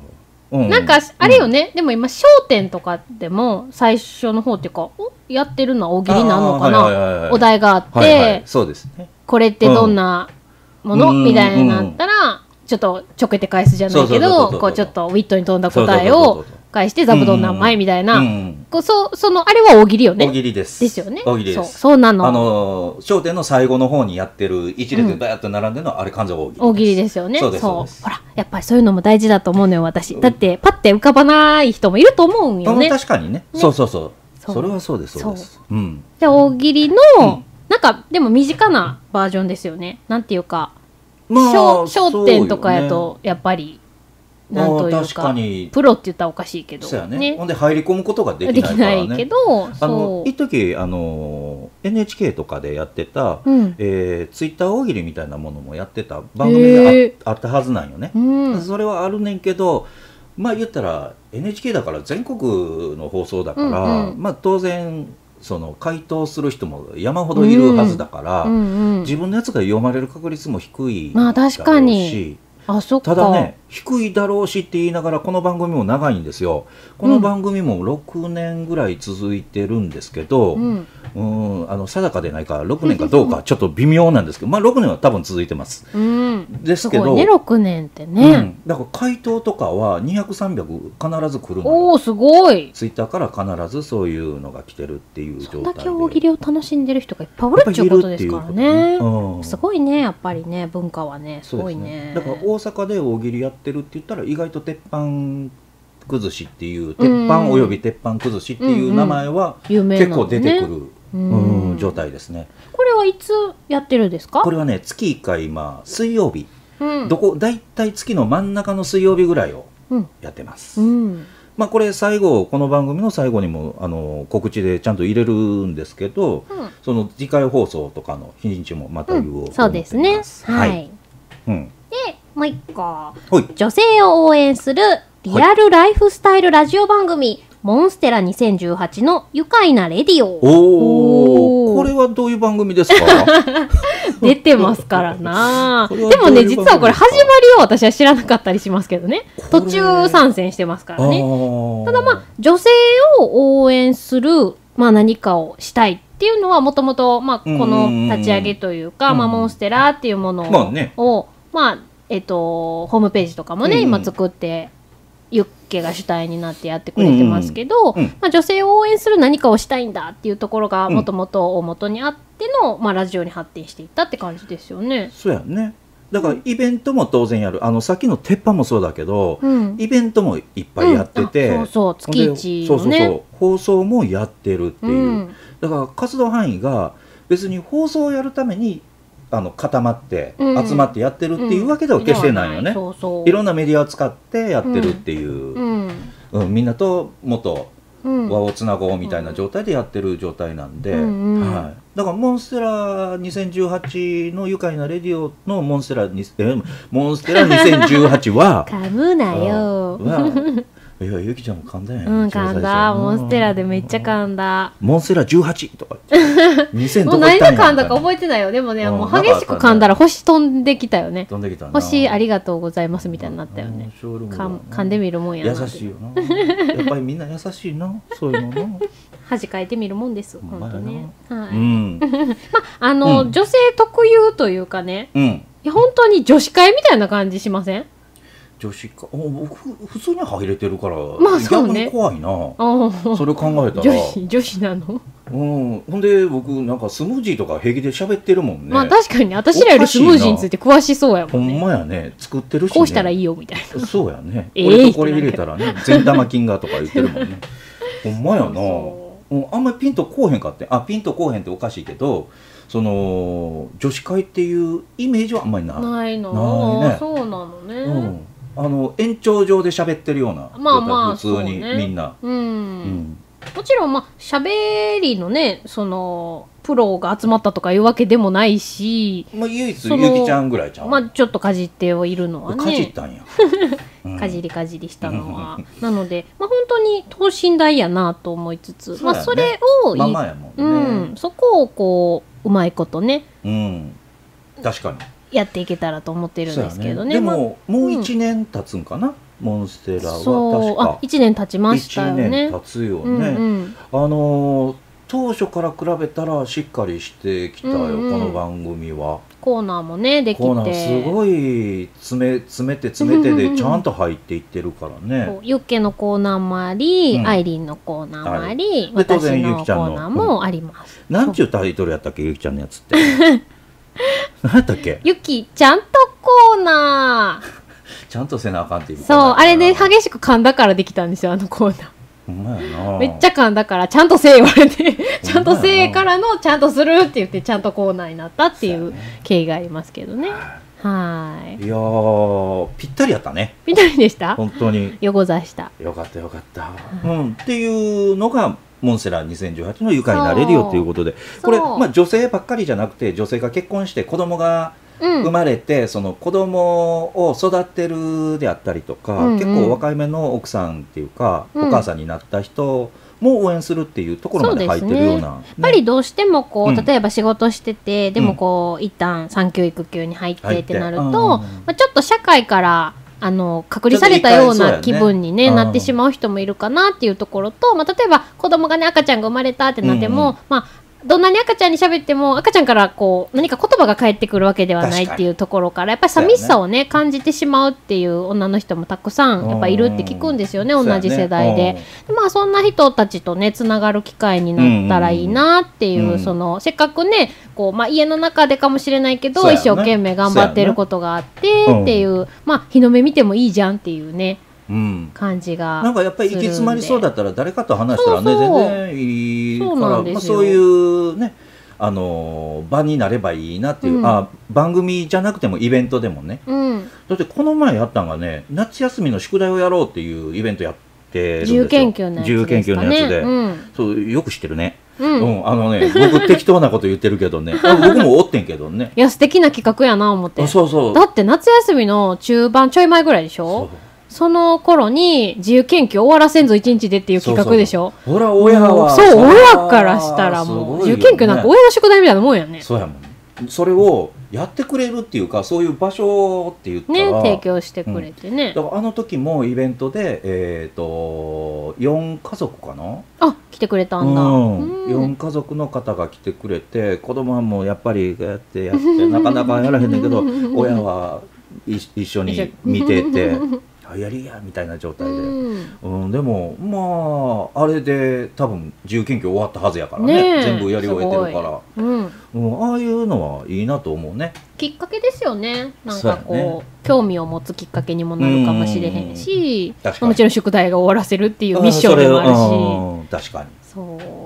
うん、 なんかあれよね、うん、でも今笑点とかでも最初の方っていうかやってるのは大喜利なのかな、はいはいはいはい、お題があって、はいはい、 そうですね、 これってどんなもの、うん、みたいになったらちょっとちょけて返すじゃないけど、こうちょっとウィットに富んだ答えを返して座布団何枚みたいな、こうそそのあれは大喜利よね。 大喜利です。 ですよね。 大喜利です。 そう、そうなの。 あの笑点の最後の方にやってる一列でバーッと並んでるのは、うん、あれ完全大喜利です。 大喜利ですよね。 そうです。 そう。ほらやっぱりそういうのも大事だと思うのよ私。だってパッて浮かばない人もいると思うんよね。 確かにね。ね、そうそうそう。そ, それはそうです。そうです。うん。 で大喜利の、うん、なんかでも身近なバージョンですよね。なんていうか。まあ、笑点とかやとやっぱりなんという か, 確かにプロって言ったらおかしいけどそうやね、ねほんで入り込むことができないからね。 できないけどあの一時あの エヌエイチケー とかでやってた、 うんえー、ツイッター大喜利みたいなものもやってた番組が あ, あったはずなんよね、 うん、 それはあるねんけどまあ言ったら エヌエイチケー だから全国の放送だから、うんうん、まあ当然その回答する人も山ほどいるはずだから、 うんうんうん、 自分のやつが読まれる確率も低いだろうし、まあ確かにあそっかただね低いだろうしって言いながらこの番組も長いんですよ。この番組もろくねんぐらい続いてるんですけど、うん、うんあの定かでないからろくねんかどうかちょっと微妙なんですけどまあろくねんは多分続いてます、 うん、 ですけどすごいねろくねんってね、うん、 だから回答とかはにひゃく、さんびゃく必ず来るのよ。 おーすごい。 ツイッターから必ずそういうのが来てるっていう状態でそんだけ大喜利を楽しんでる人がいっぱいおるっていうことですからね、うん、すごいねやっぱりね文化はねすごい ね, ねだから大阪で大喜利やってるって言ったら意外と鉄板崩しっていう鉄板および鉄板崩しっていう名前は結構出てくる、うんうん、状態ですね。 これはいつやってるんですか？ これはね月いっかい今水曜日、うん、どこだいたい月の真ん中の水曜日ぐらいをやってます、 うんうんまあ、これ最後この番組の最後にもあの告知でちゃんと入れるんですけど、うん、その次回放送とかの日にちもまた言おうと思ってます、 うん、そうですねはい、はいうん、 でもう一個女性を応援するリアルライフスタイルラジオ番組、はい、モンステラにせんじゅうはちの愉快なレディオ。 おおこれはどういう番組ですか？ 出てますからなでもね実はこれ始まりを私は知らなかったりしますけどね途中参戦してますからね。ただまあ女性を応援する、まあ、何かをしたいっていうのはもともとこの立ち上げというか、まあ、モンステラっていうものを、まあねまあえっと、ホームページとかもね、うん、今作ってユッケが主体になってやってくれてますけど、うんうんまあ、女性を応援する何かをしたいんだっていうところがもともと大元にあっての、まあ、ラジオに発展していったって感じですよね。 そうやね。だからイベントも当然やる。あのさっきの鉄板もそうだけど、うん、イベントもいっぱいやってて、 うん、そうそう月一のねそうそうそう放送もやってるっていう、うん、だから活動範囲が別に放送をやるためにあの固まって集まってやってるっていうわけでは決してないよね、うんうん、そうそういろんなメディアを使ってやってるっていう、うんうん、みんなともっと輪をつなごうみたいな状態でやってる状態なんで、うんうんはい、だからモンステラにせんじゅうはちの愉快なレディオのモンステラにえモンステラにせんじゅうはちは噛むなよいやゆきちゃんも噛んだんやね、 うん、噛んだモンステラでめっちゃ噛んだモンステラじゅうはちとかにせんどこ行ったんやもう何が噛んだか覚えてないよでもね、うん、もう激しく噛んだら星飛んできたよね飛んできたな星ありがとうございますみたいになったよね、うん、噛んでみるもんやな優しいよなやっぱりみんな優しいなそういうのな恥かいてみるもんです本当ねはい、うんまあの、うん、女性特有というかね、うん、いや本当に女子会みたいな感じしません？ 女子か僕普通に入れてるから、 まあそうね、 逆に怖いなそれ考えたら女子、女子なの、 うん、ほんで僕なんかスムージーとか平気で喋ってるもんね。 まあ確かに私らよりスムージーについて詳しそうやもんね。 ほんまやね作ってるし、ね、 こうしたらいいよみたいなそうやねこれとこれ入れたらね善玉菌がとか言ってるもんねほんまやなそうそうあんまりピンとこうへんかってあピンとこうへんっておかしいけどその女子会っていうイメージはあんまりないないのない、ね、 そうなのね、 うんあの延長上で喋ってるような、 まあまあ、 普通にみんな、 う、ねうんうん、もちろんまあ喋りのねそのプロが集まったとかいうわけでもないし、 まあ、唯一ゆきちゃんぐらいちゃう、 まあ、ちょっとかじってはいるのはねかじったんや、 うん、かじりかじりしたのはなので、まあ、本当に等身大やなと思いつつ そ,、ねまあ、それをまあまあやもんね、 うん、そこをこううまいことね、 うん、確かにやっていけたらと思ってるんですけどね。 でも、まあ、もういちねん経つんかな、 モンステラはそうあ確かいちねん経ちましたよいちねね。 ん経つよね、 うんうん、 あのー当初から比べたらしっかりしてきたよ、 うんうん、 この番組は。 コーナーもねできて、 コーナーすごい詰め詰めて詰めてでちゃんと入っていってるからね。 ユッケのコーナーもあり、うん、アイリンのコーナーもあり、私のコーナーもあります。 うん、なんちゅうタイトルやったっけ、ゆきちゃんのやつって何やったっけ、 ゆきちゃんとコーナーちゃんとせなあかんっていう。 そうあれで激しく噛んだからできたんですよ、あのコーナー。 ほんまやな、 めっちゃ噛んだからちゃんとせえ言われてちゃんとせえからのちゃんとするって言ってちゃんとコーナーになったっていう経緯がありますけどね。はい。 いやーぴったりやったね。 ぴったりでした。 本当によござした。 よかったよかった、うん、っていうのがモンステラにせんじゅうはちの愉快なレディオということで、これ、まあ、女性ばっかりじゃなくて女性が結婚して子供が生まれて、うん、その子供を育てるであったりとか、うんうん、結構若いめの奥さんっていうか、うん、お母さんになった人も応援するっていうところまで入ってるような、ね、 やっぱりどうしてもこう、うん、例えば仕事しててでもこう、うん、一旦産休育休に入ってってなると、まあ、ちょっと社会からあの隔離されたような気分に、ね、なってしまう人もいるかなっていうところと、まあ、例えば子供がね赤ちゃんが生まれたってなっても、うんうん、まあどんなに赤ちゃんに喋っても赤ちゃんからこう何か言葉が返ってくるわけではないっていうところからやっぱり寂しさをね感じてしまうっていう女の人もたくさんやっぱいるって聞くんですよね、同じ世代で。でまあそんな人たちとねつながる機会になったらいいなっていう、うん、そのせっかくねこう、まあ、家の中でかもしれないけど、ね、一生懸命頑張ってることがあってっていう、うん、まあ日の目見てもいいじゃんっていうねうん、感じがなんかやっぱり行き詰まりそうだったら誰かと話したらね全然いいから、そう、まあ、そういうねあの場になればいいなっていう、うん、あ番組じゃなくてもイベントでもね、うん、だってこの前やったんがね夏休みの宿題をやろうっていうイベントやってるんですよ。 自由研究のやつですかね。 自由研究のやつで、うん、そうよく知ってるね。 うんうん、あのね僕適当なこと言ってるけどね僕もおってんけどねいや素敵な企画やな思って。 そうそうだって夏休みの中盤ちょい前ぐらいでしょ。そうその頃に自由研究終わらせんぞいちにちでっていう企画でしょ。 そうそうほら親はそう親からしたらもう、ね、自由研究なんか親の宿題みたいなもんやね。 そうやもんね。それをやってくれるっていうかそういう場所って言ったら、 ね、提供してくれてね、 うん、だからあの時もイベントで、えー、とよんかぞくかなあ来てくれたんだ、 うんうん、よんかぞくの方が来てくれて子供はもうやっぱりやってやってなかなかやらへんねんけど親は一緒に見ててやりやみたいな状態で、うんうん、でもまああれで多分自由研究終わったはずやから ね, ね全部やり終えてるから、うんうん、ああいうのはいいなと思うね。 きっかけですよね。なんかこう、ね、興味を持つきっかけにもなるかもしれへんし、もちろん宿題が終わらせるっていうミッションでもあるし、確かにそう、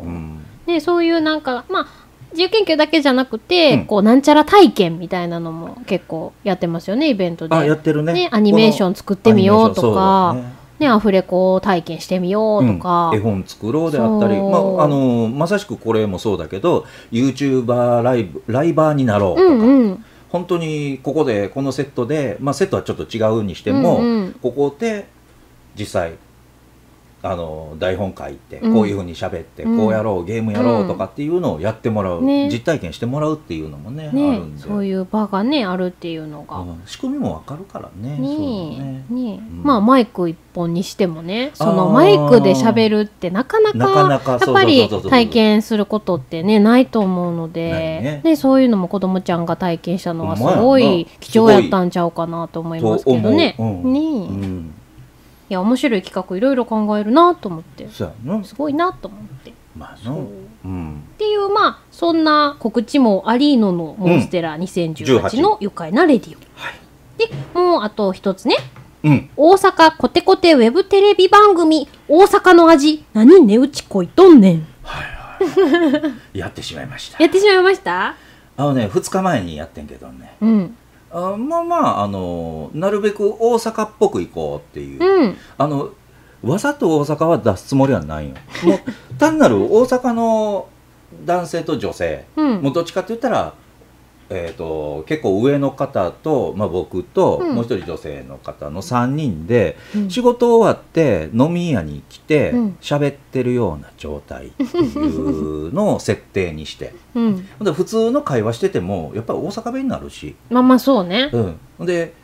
うん、ね、そういうなんかまあ自由研究だけじゃなくて、うん、こうなんちゃら体験みたいなのも結構やってますよねイベントで。 あやってる ね, ねアニメーション作ってみようとかね、ねアフレコ体験してみようとか、 うん、絵本作ろうであったり、まあ、あのまさしくこれもそうだけど YouTuber ライブライバーになろうとか、うんうん、本当にここでこのセットで、まあ、セットはちょっと違うにしても、うんうん、ここで実際あの台本書いてこういうふうに喋って、うん、こうやろうゲームやろうとかっていうのをやってもらう、うんね、実体験してもらうっていうのも ね, ねあるんでそういう場がねあるっていうのが、うん、 仕組みもわかるからね。 ねそうねね、うん、まあマイク一本にしてもねそのマイクで喋るってなかなかやっぱり体験することってねないと思うので、ねね、そういうのも子供ちゃんが体験したのはすごい貴重やったんちゃうかなと思いますけどね。 う、うん、 ね、 うんいや面白い企画いろいろ考えるなと思ってそうやなすごいなと思って、 まあのうん、 っていうまあそんな告知もありののモンステラにせんじゅうはちの愉快なレディオ、うんはい、でもうあと一つね、うん、大阪コテコテウェブテレビ番組大阪の味何値打ちこいとんねん、 はいはい、やってしまいましたやってしまいましたあのねふつかまえにやってんけどね、 うんあまあまああのなるべく大阪っぽく行こうっていう、 うん、 あのわざと大阪は出すつもりはないよもう単なる大阪の男性と女性、うん、もうどっちかって言ったら、えー、と結構上の方と、まあ、僕と、うん、もう一人女性の方のさんにんで、うん、仕事終わって飲み屋に来て喋、うん、ってるような状態っていうのを設定にして、うん、普通の会話しててもやっぱり大阪弁になるしまあまあそうね、 うん、で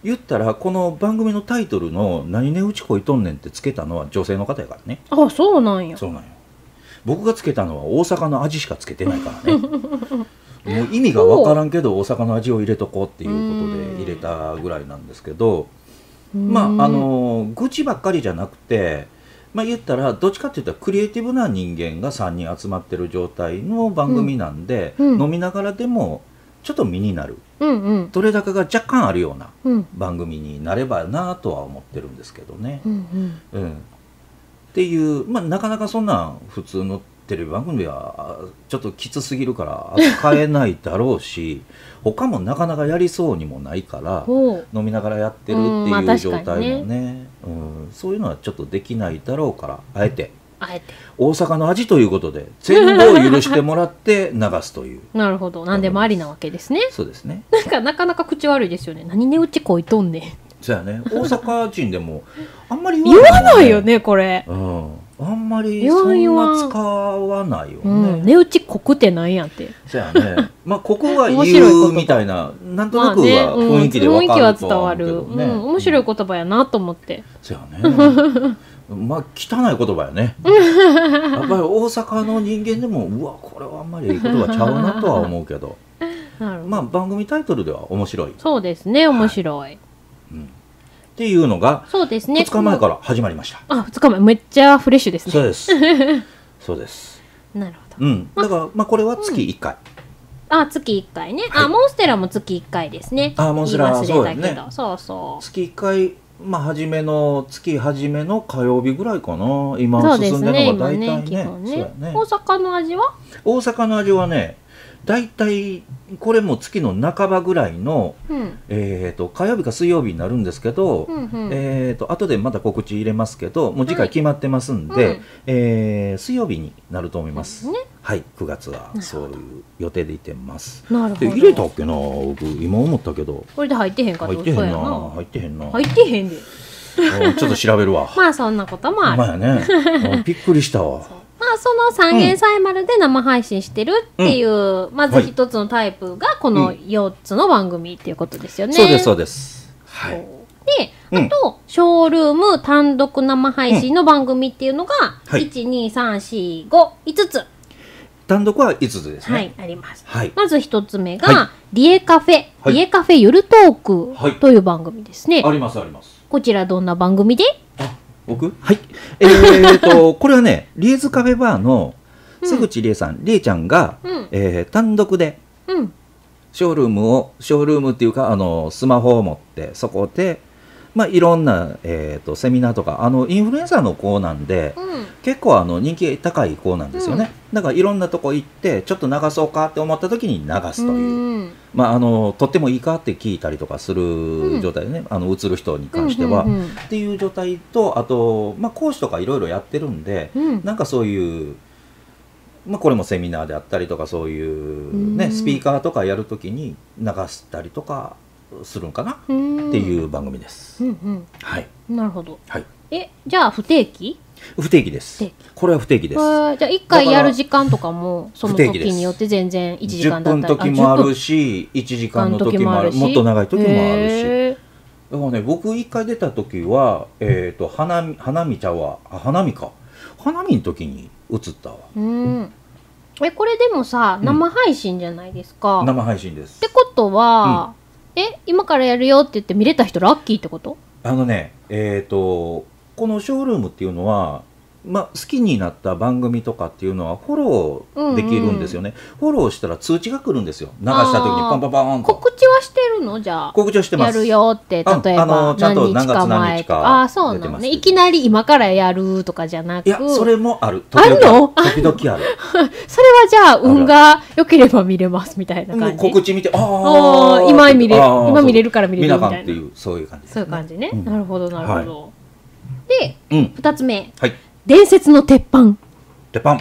言ったらこの番組のタイトルの「何値打ちこいとんねん」ってつけたのは女性の方やからね。 あ、そうなんや。 そうなんよ。僕がつけたのは大阪の味しかつけてないからねもう意味が分からんけど大阪の味を入れとこうっていうことで入れたぐらいなんですけど、まああの愚痴ばっかりじゃなくて、まあ言ったらどっちかっていったらクリエイティブな人間がさんにん集まってる状態の番組なんで、 うんうん、 飲みながらでもちょっと身になる、 うんうん、 取れ高が若干あるようなうん番組になればなとは思ってるんですけどね。 うんうんうん、っていう、まあ、なかなかそんな普通のテレビ番組はちょっときつすぎるから扱えないだろうし他もなかなかやりそうにもないから飲みながらやってるっていう状態もね、うん、そういうのはちょっとできないだろうからあえてあえて大阪の味ということで全部を許してもらって流すというなるほど、何でもありなわけですね。 そうですね。 なんかなかなか口悪いですよね。何値打ちこいとんねん。 そうやね。大阪人でもあんまり言わないよねこれ。 うん、あんまりそんな使わないよね。うん、 値打ちこくってなんやって。 そうやね。まあここが言うみたいななんとなくは雰囲気で分かるとは思うけどね。 うん、面白い言葉やなと思って。 そうやね。まあ汚い言葉やね。やっぱり大阪の人間でもうわこれはあんまりいい言葉ちゃうなとは思うけど。なるほど。まあ番組タイトルでは面白い。 そうですね、面白い。はい、 うん、っていうのがそうですね。 ふつかまえから始まりました。 あ、ふつかまえめっちゃフレッシュですね。 そうです。そうです。 なるほど。 うん。だからまあこれは月いっかい。 うん、あ、月いっかいね。はい、あ、モンステラも月いっかいですね。 あ、モンステラはそうだね。 そうそう。 月いっかい。まあ初めの月初めの火曜日ぐらいかな。今進んでるのが大体ね。 そうですね、今ね。そうやね。大阪の味は？ 大阪の味はね、大体これも月の半ばぐらいの、うん、えっと火曜日か水曜日になるんですけど、うんうん、えっと後でまた告知入れますけど、もう次回決まってますんで、はい、えー、水曜日になると思います。ね、はい、くがつはそういう予定でいてます。 なるほど。 入れたっけな、僕今思ったけど。 これで入ってへんかった。 入ってへんな、入ってへんな。 入ってへんで。 ちょっと調べるわ。 まあそんなこともある。 まあね、びっくりしたわ。 まあその三元サイマルで生配信してるっていう、うん、まず一つのタイプがこのよっつの番組っていうことですよね。 そうですそうです。はい。 で、あと、ショールーム単独生配信の番組っていうのが、うん、いち、に、さん、よん、ご、いつつ。 単独はいつつですね。 はい、あります。 はい、 まず一つ目が、はい、リエカフェ、 はい、 リエカフェゆるトークという番組ですね。 はい、ありますあります。 こちらどんな番組で？ あ、僕？はい。えーと、これはね、リエズカフェバーの瀬口理恵さん、理恵ちゃんが、うん、えー、単独で、うん、ショールームを、ショールームっていうか、あの、スマホを持って、そこで、まあ、いろんな、えーと、セミナーとか、あの、インフルエンサーの子なんで、うん、結構あの人気高い子なんですよね。うん、だからいろんなとこ行って、ちょっと流そうかって思った時に流すという。うん、まあ、あの、とってもいいかって聞いたりとかする状態でね、うん、あの、映る人に関しては、うんうんうん、っていう状態と、あと、まあ、講師とかいろいろやってるんで、うん、なんかそういう、まあ、これもセミナーであったりとか、そういうね、スピーカーとかやるときに流したりとかするんかなっていう番組です。 うんうん、 はい。 なるほど。 はい。 え、じゃあ不定期？ 不定期です。これは不定期です。 じゃあいっかいやる時間とかもその時によって全然いちじかんだったり、 じゅっぷんの時もあるし、いちじかんの時もあるし、もっと長い時もあるし。だからね、僕いっかい出た時は、えっと、花見、花見ちゃうわ。あ、花見か。花見の時に映ったわ。 うん。え、これでもさ、生配信じゃないですか。 うん、生配信です。 ってことは、うん、え、今からやるよって言って見れた人ラッキーってこと？ あのね、えっと、このショールームっていうのは、まあ、好きになった番組とかっていうのはフォローできるんですよね。うんうん、フォローしたら通知が来るんですよ。流した時にポンポンポンと。 告知はしてるの？じゃあ。 告知はしてます。 やるよって、例えば、 あのちゃんと何月何日か。 あ、そうなのね。いきなり今からやるとかじゃなく。 いや、それもある。 あるの？ 時々ある。 それはじゃあ、運が良ければ見れますみたいな感じ。 告知見て、ああ、今見れる、今見れるから見れるみたいな。 見なかっていう、そういう感じ。 そういう感じね。なるほど、なるほど。で、二つ目。 はい。 伝説の鉄板。 鉄板。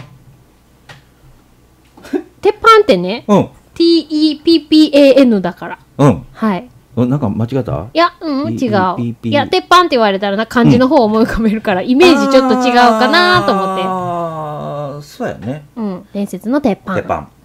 鉄板ってね、うん、ティーイーピーピーエーエヌ だから。 うん。 はい。 なんか間違った？ いや、うん、違う。いや、鉄板って言われたらな、漢字の方を思い浮かべるから、イメージちょっと違うかなと思って。 ああ、そうやね。 うん、伝説の鉄板。 鉄板。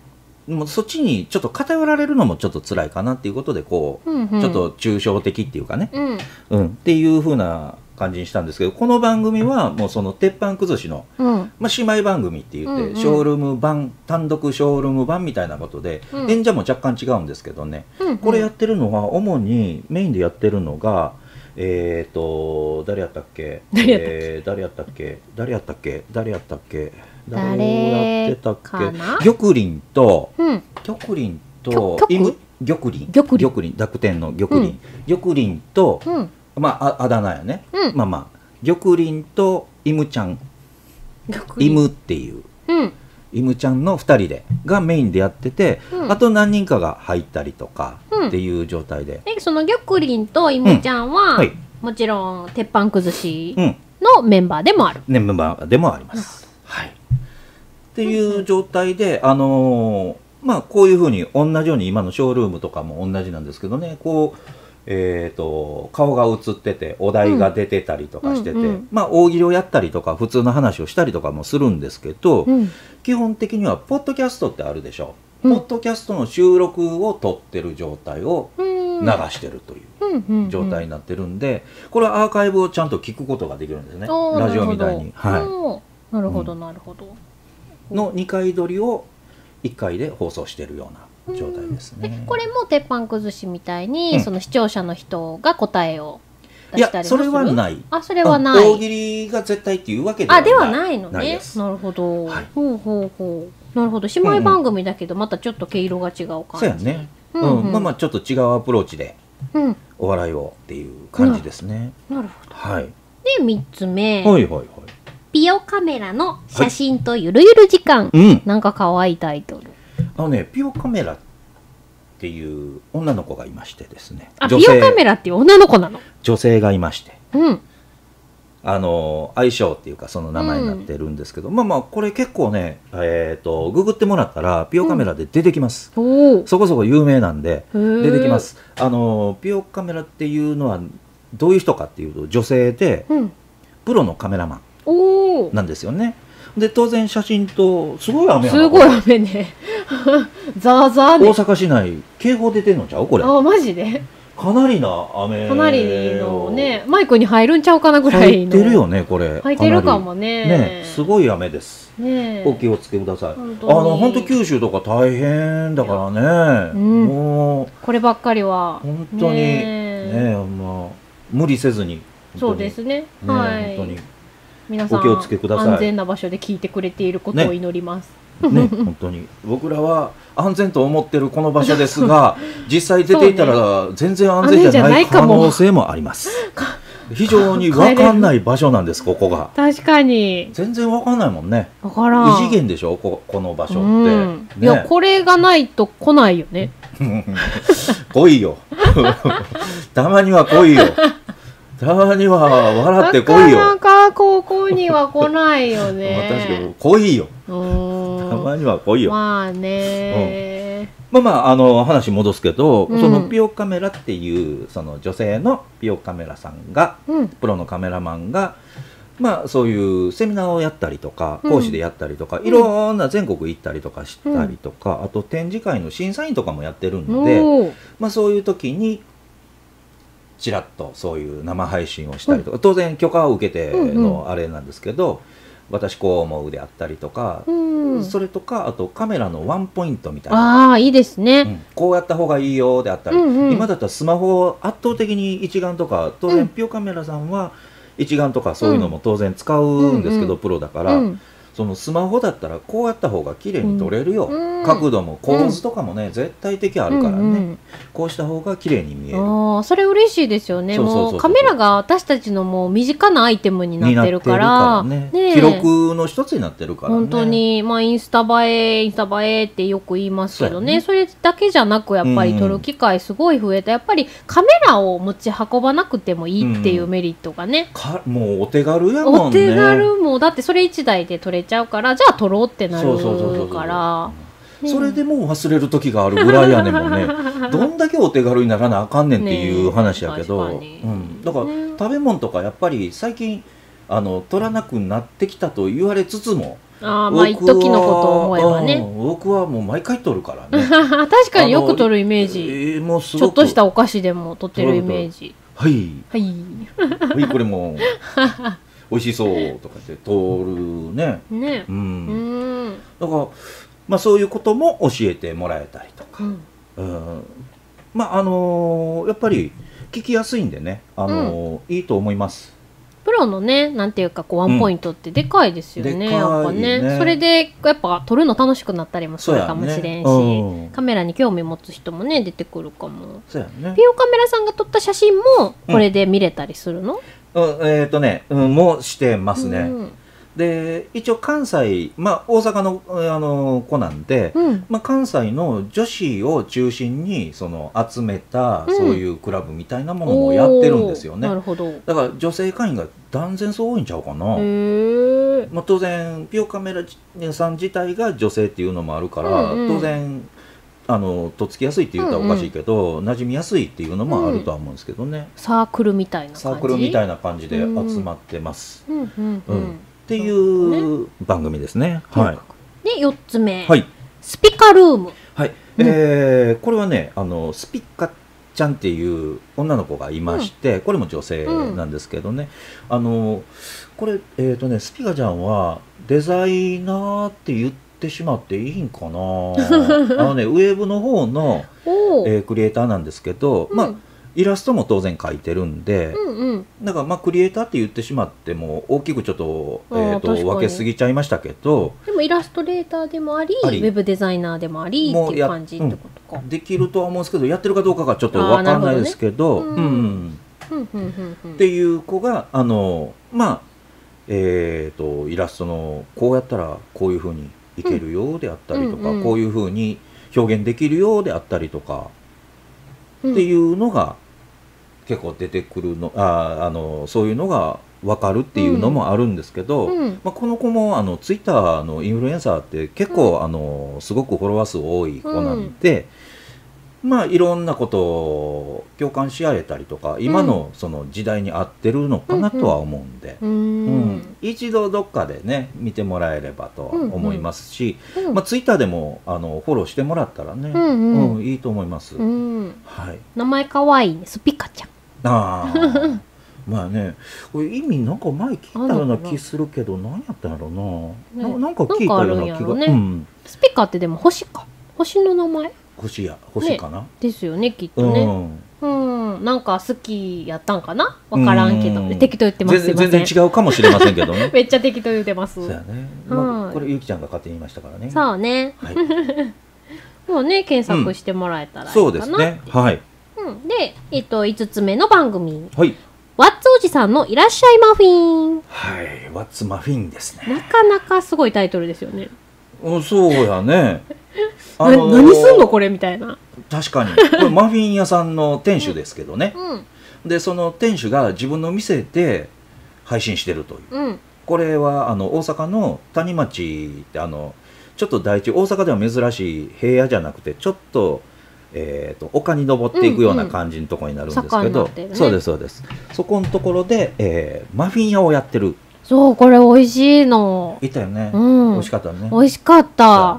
もうそっちにちょっと偏られるのもちょっと辛いかなっていうことでこう、 うんうん、 ちょっと抽象的っていうかね、 うんうん、っていう風な感じにしたんですけど、この番組はもうその鉄板崩しの、 うんまあ、姉妹番組って言って、 うんうん、 ショールーム版単独ショールーム版みたいなことで、うん、演者も若干違うんですけどね、うんうん、これやってるのは主にメインでやってるのがえっ、ー、と誰やったっけ誰やったっけ誰やったっけ誰やったっけ誰やってたっけ玉林と、うん、玉林とイム玉林玉林濁点の玉林、うん、玉林と、うん、まあ、あ、あだ名やね、うん、まあまあ玉林とイムちゃんイムっていう、うん、イムちゃんのふたりでがメインでやってて、うん、あと何人かが入ったりとかっていう状態で、 うん、えその玉林とイムちゃんは、うんはい、もちろん鉄板崩しのメンバーでもある、 うん、メンバーでもあります、はい、っていう状態で、あのー、まあこういうふうに同じように今のショールームとかも同じなんですけどね、こうえー、と顔が映っててお題が出てたりとかしてて、うんうんうん、まあ大喜利をやったりとか普通の話をしたりとかもするんですけど、うん、基本的にはポッドキャストってあるでしょ、うん、ポッドキャストの収録を撮ってる状態を流してるという状態になってるんで、これはアーカイブをちゃんと聞くことができるんですね、ラジオみたいに。 はい、なるほどなるほど、 うん、のにかい撮りをいっかいで放送してるような状態ですね。 これも鉄板崩しみたいに、うん、その視聴者の人が答えを出したりもする？ いや、それはない。 あ、それはない。 大喜利が絶対っていうわけではない。 あ、ではないのね。なるほど、 はい。 ほうほうほう。なるほど。姉妹番組だけど、またちょっと毛色が違う感じ。 そうやね。うん、うん、まあまあちょっと違うアプローチで、うん、お笑いをっていう感じですね。 うん、なるほど。 はい。 でみっつめ。 はいはいはい。 ピオカメラの写真とゆるゆる時間。はい、うん、なんか可愛いタイトル。 あのね、ピオカメラっていう女の子がいましてですね。 あ、ピオカメラっていう女の子なの？ 女性がいまして、 うん、 あの愛称っていうかその名前になってるんですけど、うん、まあまあこれ結構ね、えっとググってもらったらピオカメラで出てきます、うん、そこそこ有名なんで出てきます。あのピオカメラっていうのはどういう人かっていうと、女性で、うん、プロのカメラマンなんですよね。で当然写真とすごい雨やな。 すごい雨ねザーザーね。 大阪市内警報出てんのちゃうこれ？ あ、マジで？ かなりな雨。 かなりのね、マイクに入るんちゃうかなぐらいの。 入ってるよねこれ。 入ってるかもね。 ね、すごい雨です。ね、お気をつけください。あの本当九州とか大変だからね。うん、もうこればっかりは本当にね、ね、まあ無理せずに。 そうですね。ね、はい。 本当に。 皆さんお気をつけください。 安全な場所で聞いてくれていることを祈ります。 ね、ね本当に僕らは安全と思ってるこの場所ですが、実際出ていたら全然安全じゃない可能性もあります。非常に分かんない場所なんです、ここが。 確かに。 全然分かんないもんね。 分からん。 異次元でしょ、こ、この場所って。 ね、いや、これがないと来ないよね。 来いよ。たまには来いよ。たまには笑ってこいよ。 なかなかここには来ないよね。 確かに来いよ。たまには来いよ。 まあね、 うん、まあまああの話戻すけど、うん、そのピオカメラっていうその女性のピオカメラさんが、うん、プロのカメラマンが、まあそういうセミナーをやったりとか、講師でやったりとか、うん、いろんな全国行ったりとかしたりとか、うん、あと展示会の審査員とかもやってるんで、うん、まあそういう時にちらっとそういう生配信をしたりとか、うん、当然許可を受けてのあれなんですけど、うんうん、私こう思うであったりとか、うん、それとかあとカメラのワンポイントみたいな、 あーいいですね、 うん、こうやった方がいいよであったり、うんうん、今だったらスマホを圧倒的に一眼とか当然ピオカメラさんは一眼とかそういうのも当然使うんですけど、うんうん、プロだから、うん、そのスマホだったらこうやった方が綺麗に撮れるよ、うん、角度も構図とかもね、うん、絶対的あるからね、うんうん、こうした方が綺麗に見える。 あ、それ嬉しいですよね。もうカメラが私たちのもう身近なアイテムになってるから、 ねね、記録の一つになってるからね。 本当に、まあ、インスタ映えインスタ映えってよく言いますけど ね, そ, ねそれだけじゃなくやっぱり撮る機会すごい増えた、うん、やっぱりカメラを持ち運ばなくてもいいっていうメリットがね、 うん、かもうお手軽やもんね。 お手軽もだってそれいちだいで撮れちゃうから、じゃあ撮ろうってなるから、 それでもう忘れる時があるぐらいやねんもんねどんだけお手軽にならなあかんねんっていう話やけど、ね、うん、だから、ね、食べ物とかやっぱり最近あの取らなくなってきたと言われつつも、 ああ、まあ一時のことを思えばね。 僕はもう毎回撮るからね。 確かによく撮るイメージ、 えー、もうすごくちょっとしたお菓子でも撮ってるイメージ。 はいはいはい、これも美味しそうとかって撮るね。 ね、 うん、 うん、 だからまあそういうことも教えてもらえたりとか、 うんうん、まああのー、やっぱり聞きやすいんでね、あのーうん、いいと思います。 プロのね、なんていうかこうワンポイントってでかいですよね、うん、やっぱね。それでやっぱ撮るの楽しくなったりもするかもしれんし、ね、うん、カメラに興味持つ人もね出てくるかも。 そうやね。 ビデオカメラさんが撮った写真もこれで見れたりするの？ うん、えっとね、うん、もうしてますね。うん、で一応関西、まあ、大阪の、あの子なんで、うん、まあ、関西の女子を中心にその集めた、うん、そういうクラブみたいなものもやってるんですよね。 なるほど。 だから女性会員が断然そう多いんちゃうかな。へ、まあ、当然ピオカメラさん自体が女性っていうのもあるから、うんうん、当然あのとっつきやすいって言ったらおかしいけど、うんうん、馴染みやすいっていうのもあるとは思うんですけどね、うん、 サークルみたいな感じサークルみたいな感じで集まってます、 うんうんうんうん、 っていう番組ですね。はい。 でよっつめ、 はい、 スピカルーム。 はい、うん、えー、これはね、あのスピカちゃんっていう女の子がいまして、うん、これも女性なんですけどね、うん、あのこれ、えーとね、スピカちゃんはデザイナーって言ってしまっていいんかなあのね、ウェブの方の、えー、クリエイターなんですけど、うん、まあイラストも当然描いてるんで、うんうん、だからまあクリエイターって言ってしまっても大きくちょっと、えー、と分けすぎちゃいましたけど、 でもイラストレーターでもあり、ウェブデザイナーでもありっていう感じってことか、 うん、できるとは思うんですけど、やってるかどうかがちょっと分からないですけど、っていう子があのまあえー、とイラストのこうやったらこういう風にいけるよであったりとか、うんうんうん、こういう風に表現できるよであったりとか、うん、っていうのが結構出てくるの、ああのそういうのが分かるっていうのもあるんですけど、うんうん、まあ、この子もあのツイッターのインフルエンサーって結構、うん、あのすごくフォロワー数多い子なんで、うん、まあいろんなことを共感し合えたりとか、今のその時代に合ってるのかなとは思うんで、うんうん、一度どっかでね見てもらえればとは思いますし、うんうん、まあ、ツイッターでもあのフォローしてもらったらね、うんうんうん、いいと思います、うん、はい、 名前かわいいね、スピカちゃん。 あまあね、これ意味なんか前聞いたような気するけど、何やったんやろうな、ね、な, なんか聞いたような気が、ね、うん、 スピカってでも星か、星の名前、 星や星かな、 ね、ですよねきっとね、うん、うん、なんか好きやったんかな、分からんけど、適当言ってます。 全然違うかもしれませんけどねめっちゃ適当言ってます。 そうやね、まあ、これゆきちゃんが勝手に言いましたからね。 そうね、はい、もうね検索してもらえたらいいかな、 そうですね、はい、 うん、で、えっと、いつつめの番組、 はい、 ワッツおじさんのいらっしゃいマフィン。 はい、ワッツマフィンですね。 なかなかすごいタイトルですよね。 お、そうやねあのー、何すんのこれみたいな。 確かにこれマフィン屋さんの店主ですけどね、うんうん、でその店主が自分の店で配信してるという、うん、これはあの大阪の谷町って、あのちょっと大地、大阪では珍しい平野じゃなくてちょっとえー、と丘に登っていくような感じのところになるんですけど、うんうん、そうですそうです、そこのところで、えー、マフィン屋をやってる。 そう、これ美味しいの。 いたよね、うん、美味しかったね。 美味しかった、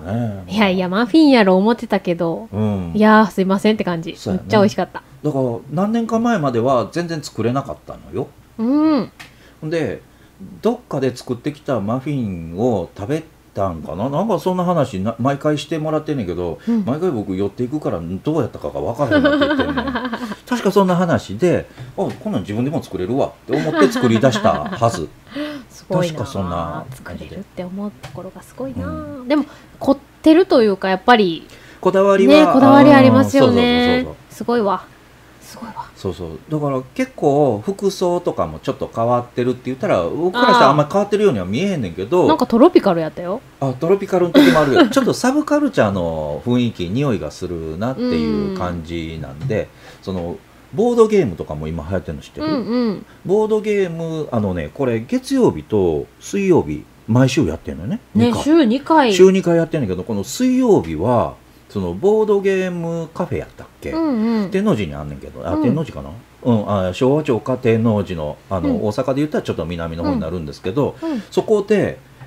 ね、いやいやマフィンやろ思ってたけど、うん、いやすいませんって感じ、ね、めっちゃ美味しかった。 だから何年か前までは全然作れなかったのよ、うん、でどっかで作ってきたマフィンを食べたんかな、なんかそんな話な毎回してもらってんねんけど、うん、毎回僕寄っていくからどうやったかが分からへんなって言ってんねん確かそんな話で、あ、こんなん自分でも作れるわって思って作り出したはずすごいな、確かそんな作れるって思うところがすごいな、うん、でも凝ってるというかやっぱりこだわりは、 ね、こだわりありますよね。すごいわすごいわ。 そうそう、だから結構服装とかもちょっと変わってるって言ったら僕からしたらあんまり変わってるようには見えへんねんけど、 なんかトロピカルやったよ。 あ、トロピカルの時もあるよちょっとサブカルチャーの雰囲気匂いがするなっていう感じなんで、そのボードゲームとかも今流行ってるの知ってる、うんうん、ボードゲーム、あのね、これ月曜日と水曜日毎週やってるのよね。 ね、週にかい週にかいやってるんだけど、この水曜日はそのボードゲームカフェやったっけ、うんうん、天王寺にあんねんけど、あ、天王寺かな、うん、あ、昭和町か天王寺の、あの、うん、大阪で言ったらちょっと南の方になるんですけど、うんうん、そこで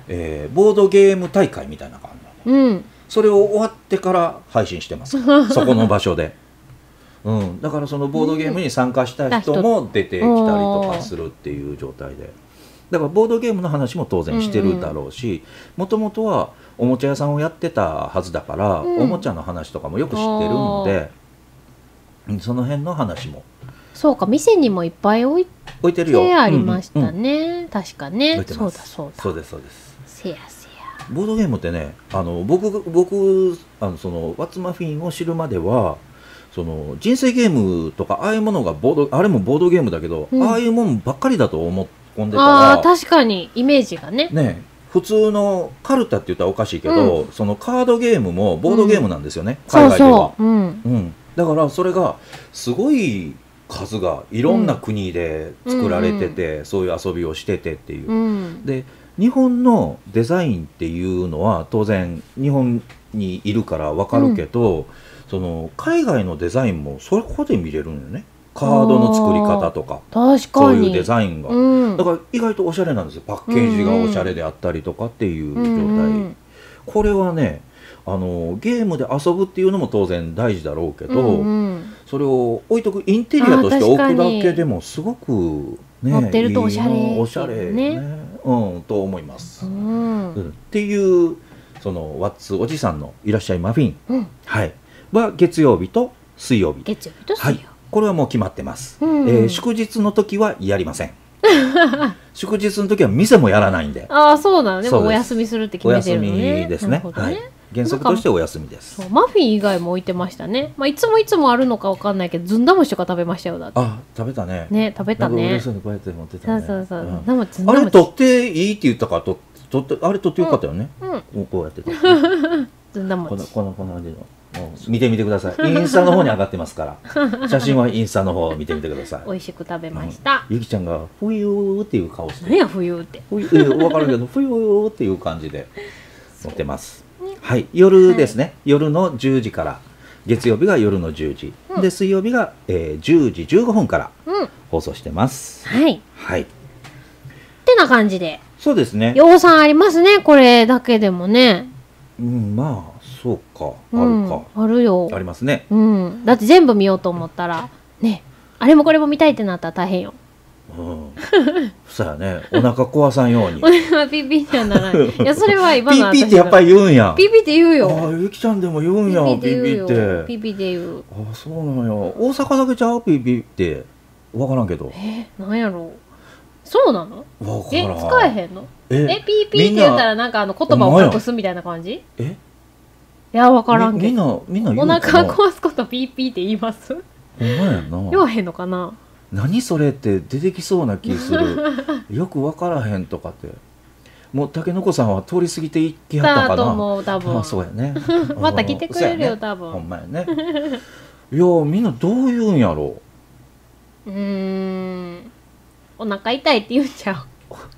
えーボードゲーム大会みたいな感じ、 うん。 それを終わってから配信してますそこの場所で、うん、だからそのボードゲームに参加した人も出てきたりとかするっていう状態で、だからボードゲームの話も当然してるだろうし、もともとはおもちゃ屋さんをやってたはずだから、 うんおもちゃの話とかもよく知ってるんで、うんその辺の話もそうか、店にもいっぱい置い置いてるよ。 てありましたうんうんね。確かね。そう置いてますだそうだ。 そうですそうです。 せやせや。 ボードゲームってね、あの僕僕あのそのワッツマフィンを知るまでは、その人生ゲームとかああいうものがボードあれもボードゲームだけど、 うんああいうもんばっかりだと思い込んでたああ、 ら、 確かに、イメージがね。 ね、普通のカルタって言ったらおかしいけど、そのカードゲームもボードゲームなんですよね、 そう海外では。 そう。うん。 うん、だからそれがすごい数がいろんな国で作られてて、そういう遊びをしててっていう。 うん。 で日本のデザインっていうのは当然日本にいるから分かるけど、その海外のデザインもそこで見れるんよね。カードの作り方とか確かに。 そういうデザインが、 うん。 だから意外とおしゃれなんですよ。パッケージがおしゃれであったりとかっていう状態、 うんうんこれはね、あのゲームで遊ぶっていうのも当然大事だろうけど、 うんうんそれを置いとくインテリアとして置くだけでもすごくね、 持ってるとおしゃれいいのおしゃれね、 ねうん、と思います、 ううんん。 っていうそのワッツおじさんのいらっしゃいマフィン、 うん。 はい、は月曜日と水曜日、 月曜日とはい水曜、 これはもう決まってます、 うんえー祝日の時はやりません祝日の時は店もやらないんでああ、そうなのね。 そうですもうお休みするって決おめて休るのね。 みですねなるほどはい、原則としてお休みですそうマフィン以外も置いてましたね。まあ、いつもいつもあるのかわかんないけど、ずんだ虫とか食べましたよ。だって。 あ食べたねね、食べたねなんか嬉し。そうにこうやって持ってたそうねそうそう。 んでもずんだあれ虫。 取っていいって言ったからと取ってあれ取ってよかったよね、 うん。 もうこうやってたずんだこの餅。 このこの感じのもう見てみてくださいインスタの方に上がってますから写真はインスタの方を見てみてください美味しく食べました。 ゆきちゃんが「冬」っていう顔して何や、冬って。 冬分かるけど「冬」っていう感じで持ってますはい夜ですね、夜のじゅうじから月曜日が夜のじゅうじ、 うんで水曜日が、えーじゅうじじゅうごふんからうん。 放送してますはい。っはいてな感じで。 そうですね養蚕ありますね、これだけでもね。 うんまあそうかあうんるか、 あるよあ。りますねうん。だって全部見ようと思ったら、ね、あれもこれも見たいってなったら大変よ。 うんそうやねお腹壊さんようにお願いピーピーってはならない。いや、それは今のピーピーってやっぱり。 り言うんやピーピーって言うよ。 ああゆきちゃんでも言うんやピーピ言うよーってピーピーって言う。 ああそうなのよ大阪だけちゃうピーピーって分からんけどえ、なんやろう。そうなのえ、 分からん使えへんのええ、ピーピーって言ったらなんかあの言葉を隠すみたいな感じいえや、わからんけみみんど。 なみんな言おうのかな腹壊すことピーピーって言いますほんまやな言わへんのかな何それって出てきそうな気するよく分からへんとかってもう竹の子さんは通り過ぎていきはったんだとかな思う、多分。 あそうやねまた来てくれるようんそうやね多分ほんまやねいやみんなどう言うんやろうーん。お腹痛いって言っちゃ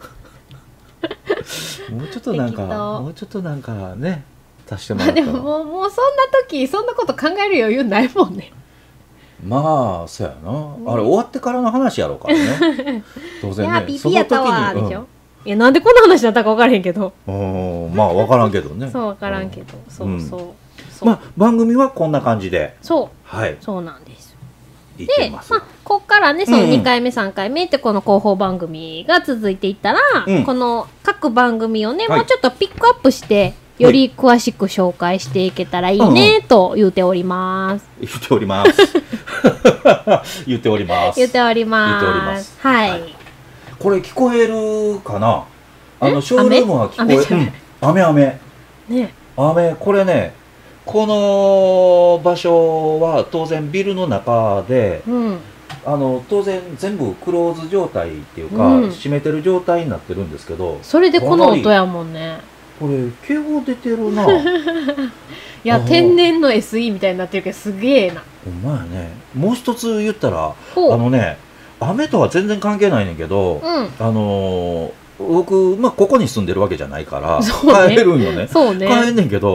もうちょっとなんか適当もうちょっとなんかね足してう。 もまあらったらでももう、もうそんな時、そんなこと考える余裕ないもんね。 まあそうやな、あれ終わってからの話やろうからね当然ねいや、ピーピーやったわーその時にでしょ。いや、なんでこんな話だったか分からへんけど。 うん、うんまあ分からんけどねそう、分からんけど。そうそう。そうまあ番組はこんな感じでそう。 はいそうなんです。で、 いってます、 まあ、こっからね、そのうんうんにかいめ、さんかいめってこの広報番組が続いていったら、 うんこの各番組をね、 はいもうちょっとピックアップして、より詳しく紹介していけたらいいね、と言うております。 言っております言っております言っております。 言っておりますはい。 はいこれ聞こえるかなあのえショールームは聞こえ雨雨じゃないうん雨雨ね。 雨これねこの場所は当然ビルの中でうん。 あの当然全部クローズ状態っていうか、 うん閉めてる状態になってるんですけどそれでこの音やもんね。 これ警報出てるないや、 あー天然の エスイー みたいになってるけど、すげえな。 ほんまやねもう一つ言ったらほう。 あのね雨とは全然関係ないねんけど、 うん。 あのー僕、まあ、ここに住んでるわけじゃないから、 そうね帰れるんよねそうね。 帰んねんけど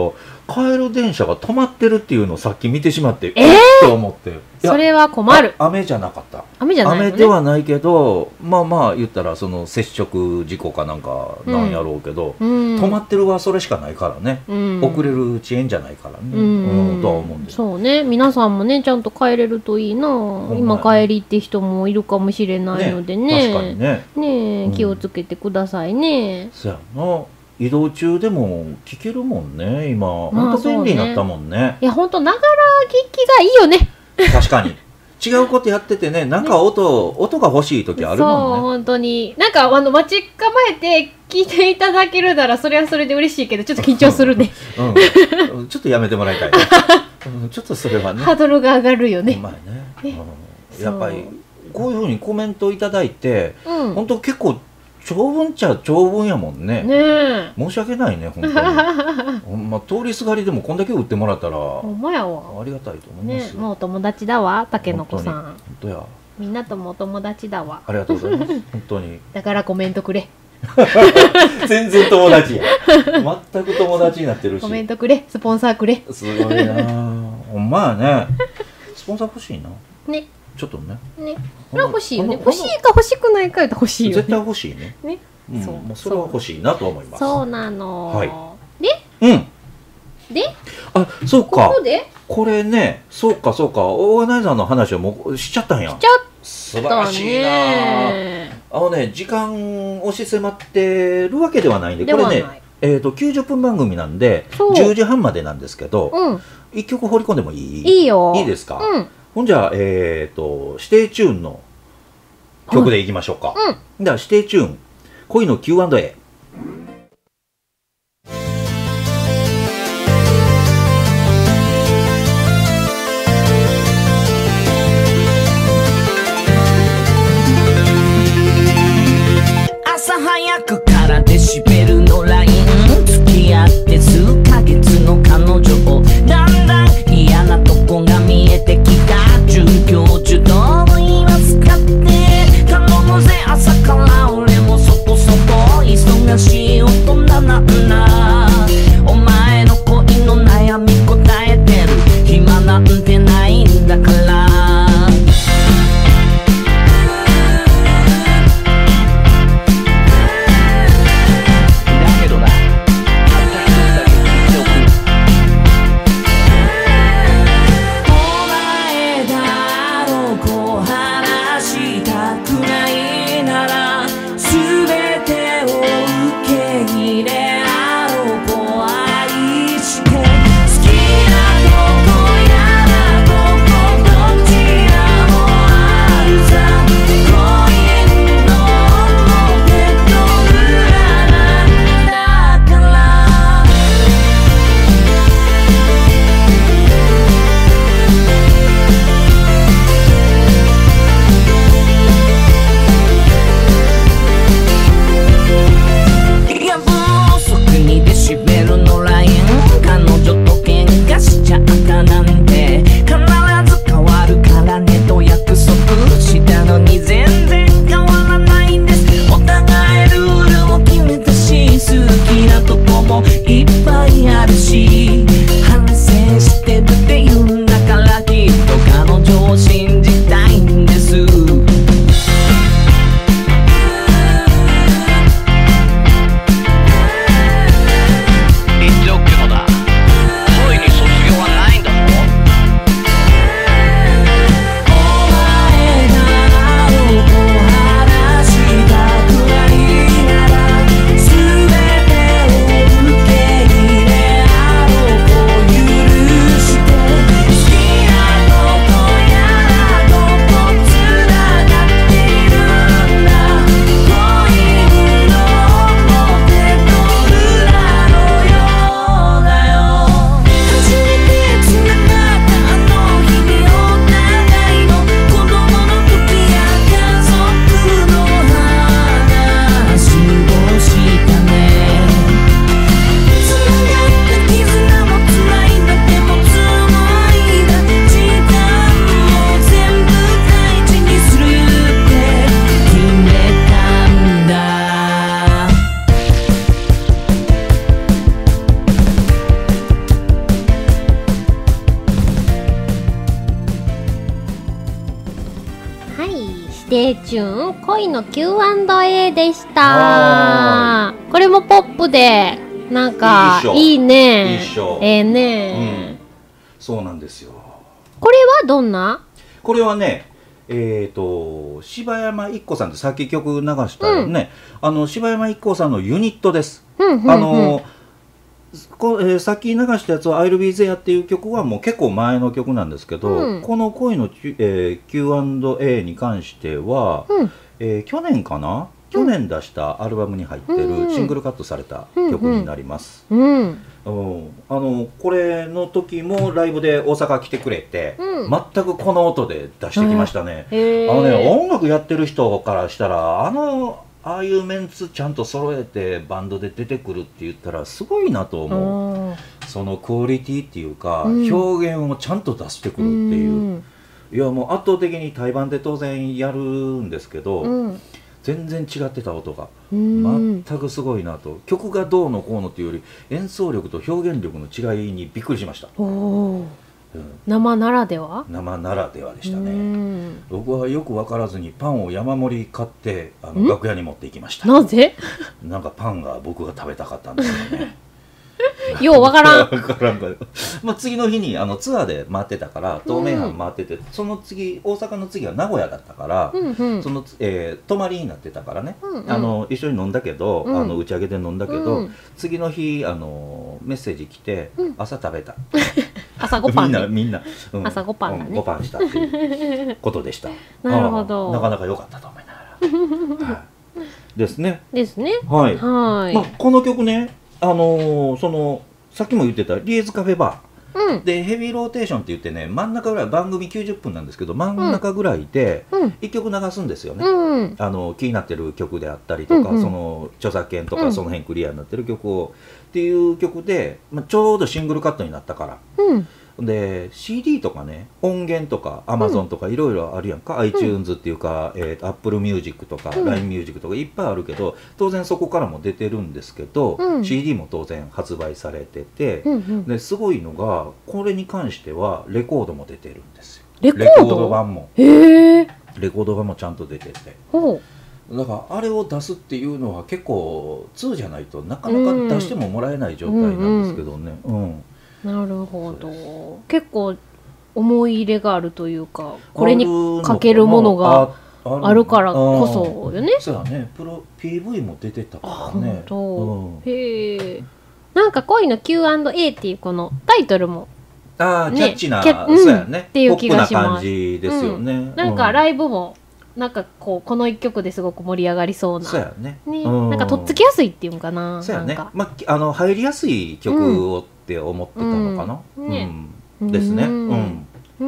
帰る電車が止まってるっていうのをさっき見てしまって、 えー、 って思って。 それは困る。 雨じゃなかった。 雨じゃないのね。 雨ではないけど、まあまあ言ったらその接触事故かなんかなんやろうけど、うん、止まってるはそれしかないからね、うん、遅れる遅延じゃないからね、うんうん、とは思うんです。 そうね、皆さんもねちゃんと帰れるといいな。今帰りって人もいるかもしれないのでね、 ね、確かにね、 ね、うん、気をつけてくださいね。 そうやな。移動中でも聞けるもんね今。本当便利になったもんね。ね、 いや本当ながら聞きがいいよね。 確かに違うことやっててね、なんか音、ね、音が欲しい時あるもんね。 そう本当になんかあの待ち構えて聞いていただけるならそれはそれで嬉しいけどちょっと緊張するね、 うんうん、ちょっとやめてもらいたい、うん、ちょっとそれはねハードルが上がるよね。 うまいね、うん、やっぱりこういうふうにコメントいただいて、うん、本当結構長文っちゃ長文やもんね。ねえ申し訳ないね本当にまあ、通りすがりでもこんだけ売ってもらったらほんまやわありがたいと思います、 ね、もうお友達だわたけのこさん。 本当やみんなともお友達だわ。 ありがとうございます本当にだからコメントくれ全然友達や全く友達になってるしコメントくれスポンサーくれすごいなほんまやねスポンサー欲しいなねちょっとね。 ね。これは欲しいよね。欲しいか欲しくないか言うと欲しいよね。 絶対欲しいね。ね。うん、そう。もうそれは欲しいなと思います。 そうなの。はい。で？ うん。 で？ あ、そうか。 ここで？ これね、そうかそうか。オーガナイザーの話はもうしちゃったんや。 しちゃったね。 素晴らしいな。あのね、時間押し迫ってるわけではないんで、これね、えっときゅうじゅっぷん番組なんでじゅうじはんまでなんですけど、うん、いっきょく放り込んでもいい？ いいよ。 いいですか？うん。ほんじゃあ、えっ、ー、と、指定チューンの曲でいきましょうか。うん。では、指定チューン、恋の キューアンドエー。 朝早くからデシベルのライン付き合って数ヶ月の彼女をだんだん嫌なとこが見えてきた。准教授どう言いますかって頼むぜ朝から俺もそこそこ急ステイチューン恋の キューアンドエー でしはた。これもポップでなんかいいっしょいいね。 いいっしょええね、 うん、そうなんですよ。 これはどんな？ これはね、えっ、と柴山一子さんってさっき曲流したよね、うん、あの柴山一子さんのユニットです。 うんうんうん、 あのこえー、さっき流したやつは「I'll Be There」っていう曲はもう結構前の曲なんですけど、うん、この恋の、えー、キューアンドエー に関しては、うんえー、去年かな去年出したアルバムに入ってるシングルカットされた曲になります。うんうんうん、あのこれの時もライブで大阪来てくれて、うん、全くこの音で出してきましたね。あのね音楽やってる人からしたらあのああいうメンツちゃんと揃えてバンドで出てくるって言ったらすごいなと思う。そのクオリティっていうか、うん、表現をちゃんと出してくるっていう、うん、いやもう圧倒的に対バンで当然やるんですけど、うん、全然違ってた音が、うん、全くすごいなと。曲がどうのこうのっていうより演奏力と表現力の違いにびっくりしました。おうん、生ならでは生ならではでしたね。僕はよく分からずにパンを山盛り買ってあの楽屋に持っていきました。 なぜ？ なんかパンが僕が食べたかったんですよね。 よう分からんからんかまあ次の日にあのツアーで回ってたから東名阪回ってて、うん、その次大阪の次は名古屋だったから、うんうん、その、えー、泊まりになってたからね、うんうん、あの一緒に飲んだけど、うん、あの打ち上げで飲んだけど、うん、次の日あのメッセージ来て、うん、朝食べた朝ごパン、ね、 みんなみんな、 うん、朝ごパンだね、 うん、ごパンしたっていうことでした。 なるほど。 なかなか良かったと思いながら、はい、ですねですねはい、 はい、 まあ、この曲ねあのー、そのさっきも言ってたリエズカフェバー、うん、でヘビーローテーションって言ってね真ん中ぐらい番組きゅうじゅっぷんなんですけど真ん中ぐらいでいっきょく流すんですよね、うん、あの気になってる曲であったりとか、うんうん、その著作権とかその辺クリアになってる曲を、うん、っていう曲で、まあ、ちょうどシングルカットになったから、うんで シーディー とかね音源とか Amazon とかいろいろあるやんか、うん、iTunes っていうか、えー、Apple Music とか、うん、ライン Music とかいっぱいあるけど当然そこからも出てるんですけど、うん、シーディー も当然発売されてて、うんうん、ですごいのがこれに関してはレコードも出てるんですよ。 レコード？レコード版もへーレコード版もちゃんと出ててほうだからあれを出すっていうのは結構通じゃないとなかなか出してももらえない状態なんですけどね、うんうんうんなるほど。結構思い入れがあるというかこれにかけるものがあるからこそよね。 そうだね。プロ ピーブイ も出てたからね。 あ、うん、へえ。なんか恋の キューアンドエー っていうこのタイトルも、 ね、ああキャッチな、うん、そうやね。 っていう気がします。 ポップな感じですよね。うん、 なんかライブもなんかこうこの一曲ですごく盛り上がりそうな。 そうやね。 ね、うん、なんかとっつきやすいっていうのかな。 そうやね。まああの入りやすい曲を、うんって思ってたのかな、うんねうん、ですね、うんうんうん、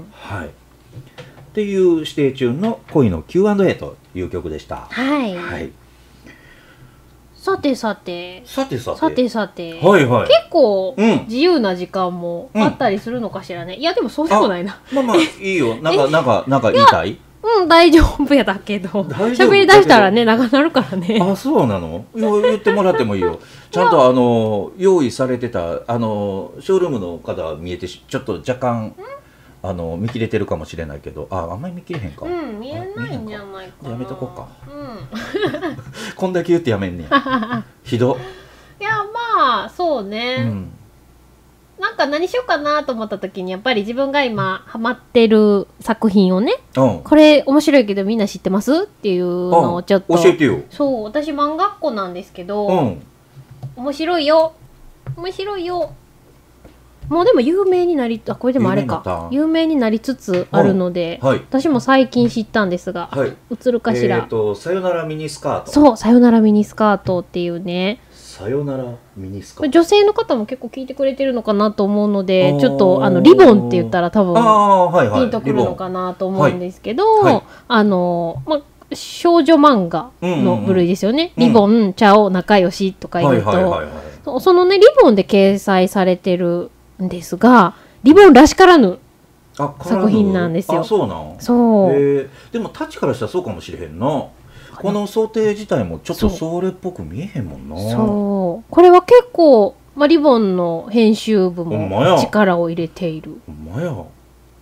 はい。っていう指定中の恋の キューアンドエー という曲でした。 はい。はい、さてさてさてさてさてさて、 はいはい、 結構自由な時間もあったりするのかしらね。うん、いやでもそうでもないな。 まあまあいいよ。なんかなんかなんか言いたい？ うん、大丈夫やだけど喋り出したらね長なるからね。 あ、そうなの？言ってもらってもいいよ。ちゃんとあの用意されてたあのショールームの方は見えてちょっと若干あの見切れてるかもしれないけど、あ、あんまり見切れへんか。 うん見えないんじゃないかな。 やめとこうか。うん、こんだけ言ってやめんねや。ひど。 いやまあそうね。うんなんか何しようかなと思った時にやっぱり自分が今ハマってる作品をね、うん、これ面白いけどみんな知ってますっていうのをちょっと教えてよ。 そう私漫画っ子なんですけど、うん、面白いよ面白いよもうでも有名になりあこれでもあれか有名になりつつあるので、はい、私も最近知ったんですが、はい、映るかしら、 えーとさよならミニスカートそうさよならミニスカートっていうねさよならミニスカート女性の方も結構聞いてくれてるのかなと思うのでちょっとあのリボンって言ったら多分ピンとくるのかなと思うんですけど、はいはい、あの、ま、少女漫画の部類ですよね、うんうんうん、リボン、チャオ、仲良しとか言うと、はいはいはいはい、そのねリボンで掲載されてるんですがリボンらしからぬ作品なんですよ。 あ、そうなん。 そう、 えー、でもタッチからしたらそうかもしれへんな。この想定自体もちょっとそれっぽく見えへんもんな。 そうこれは結構、まあ、リボンの編集部も力を入れている。 ほんまや。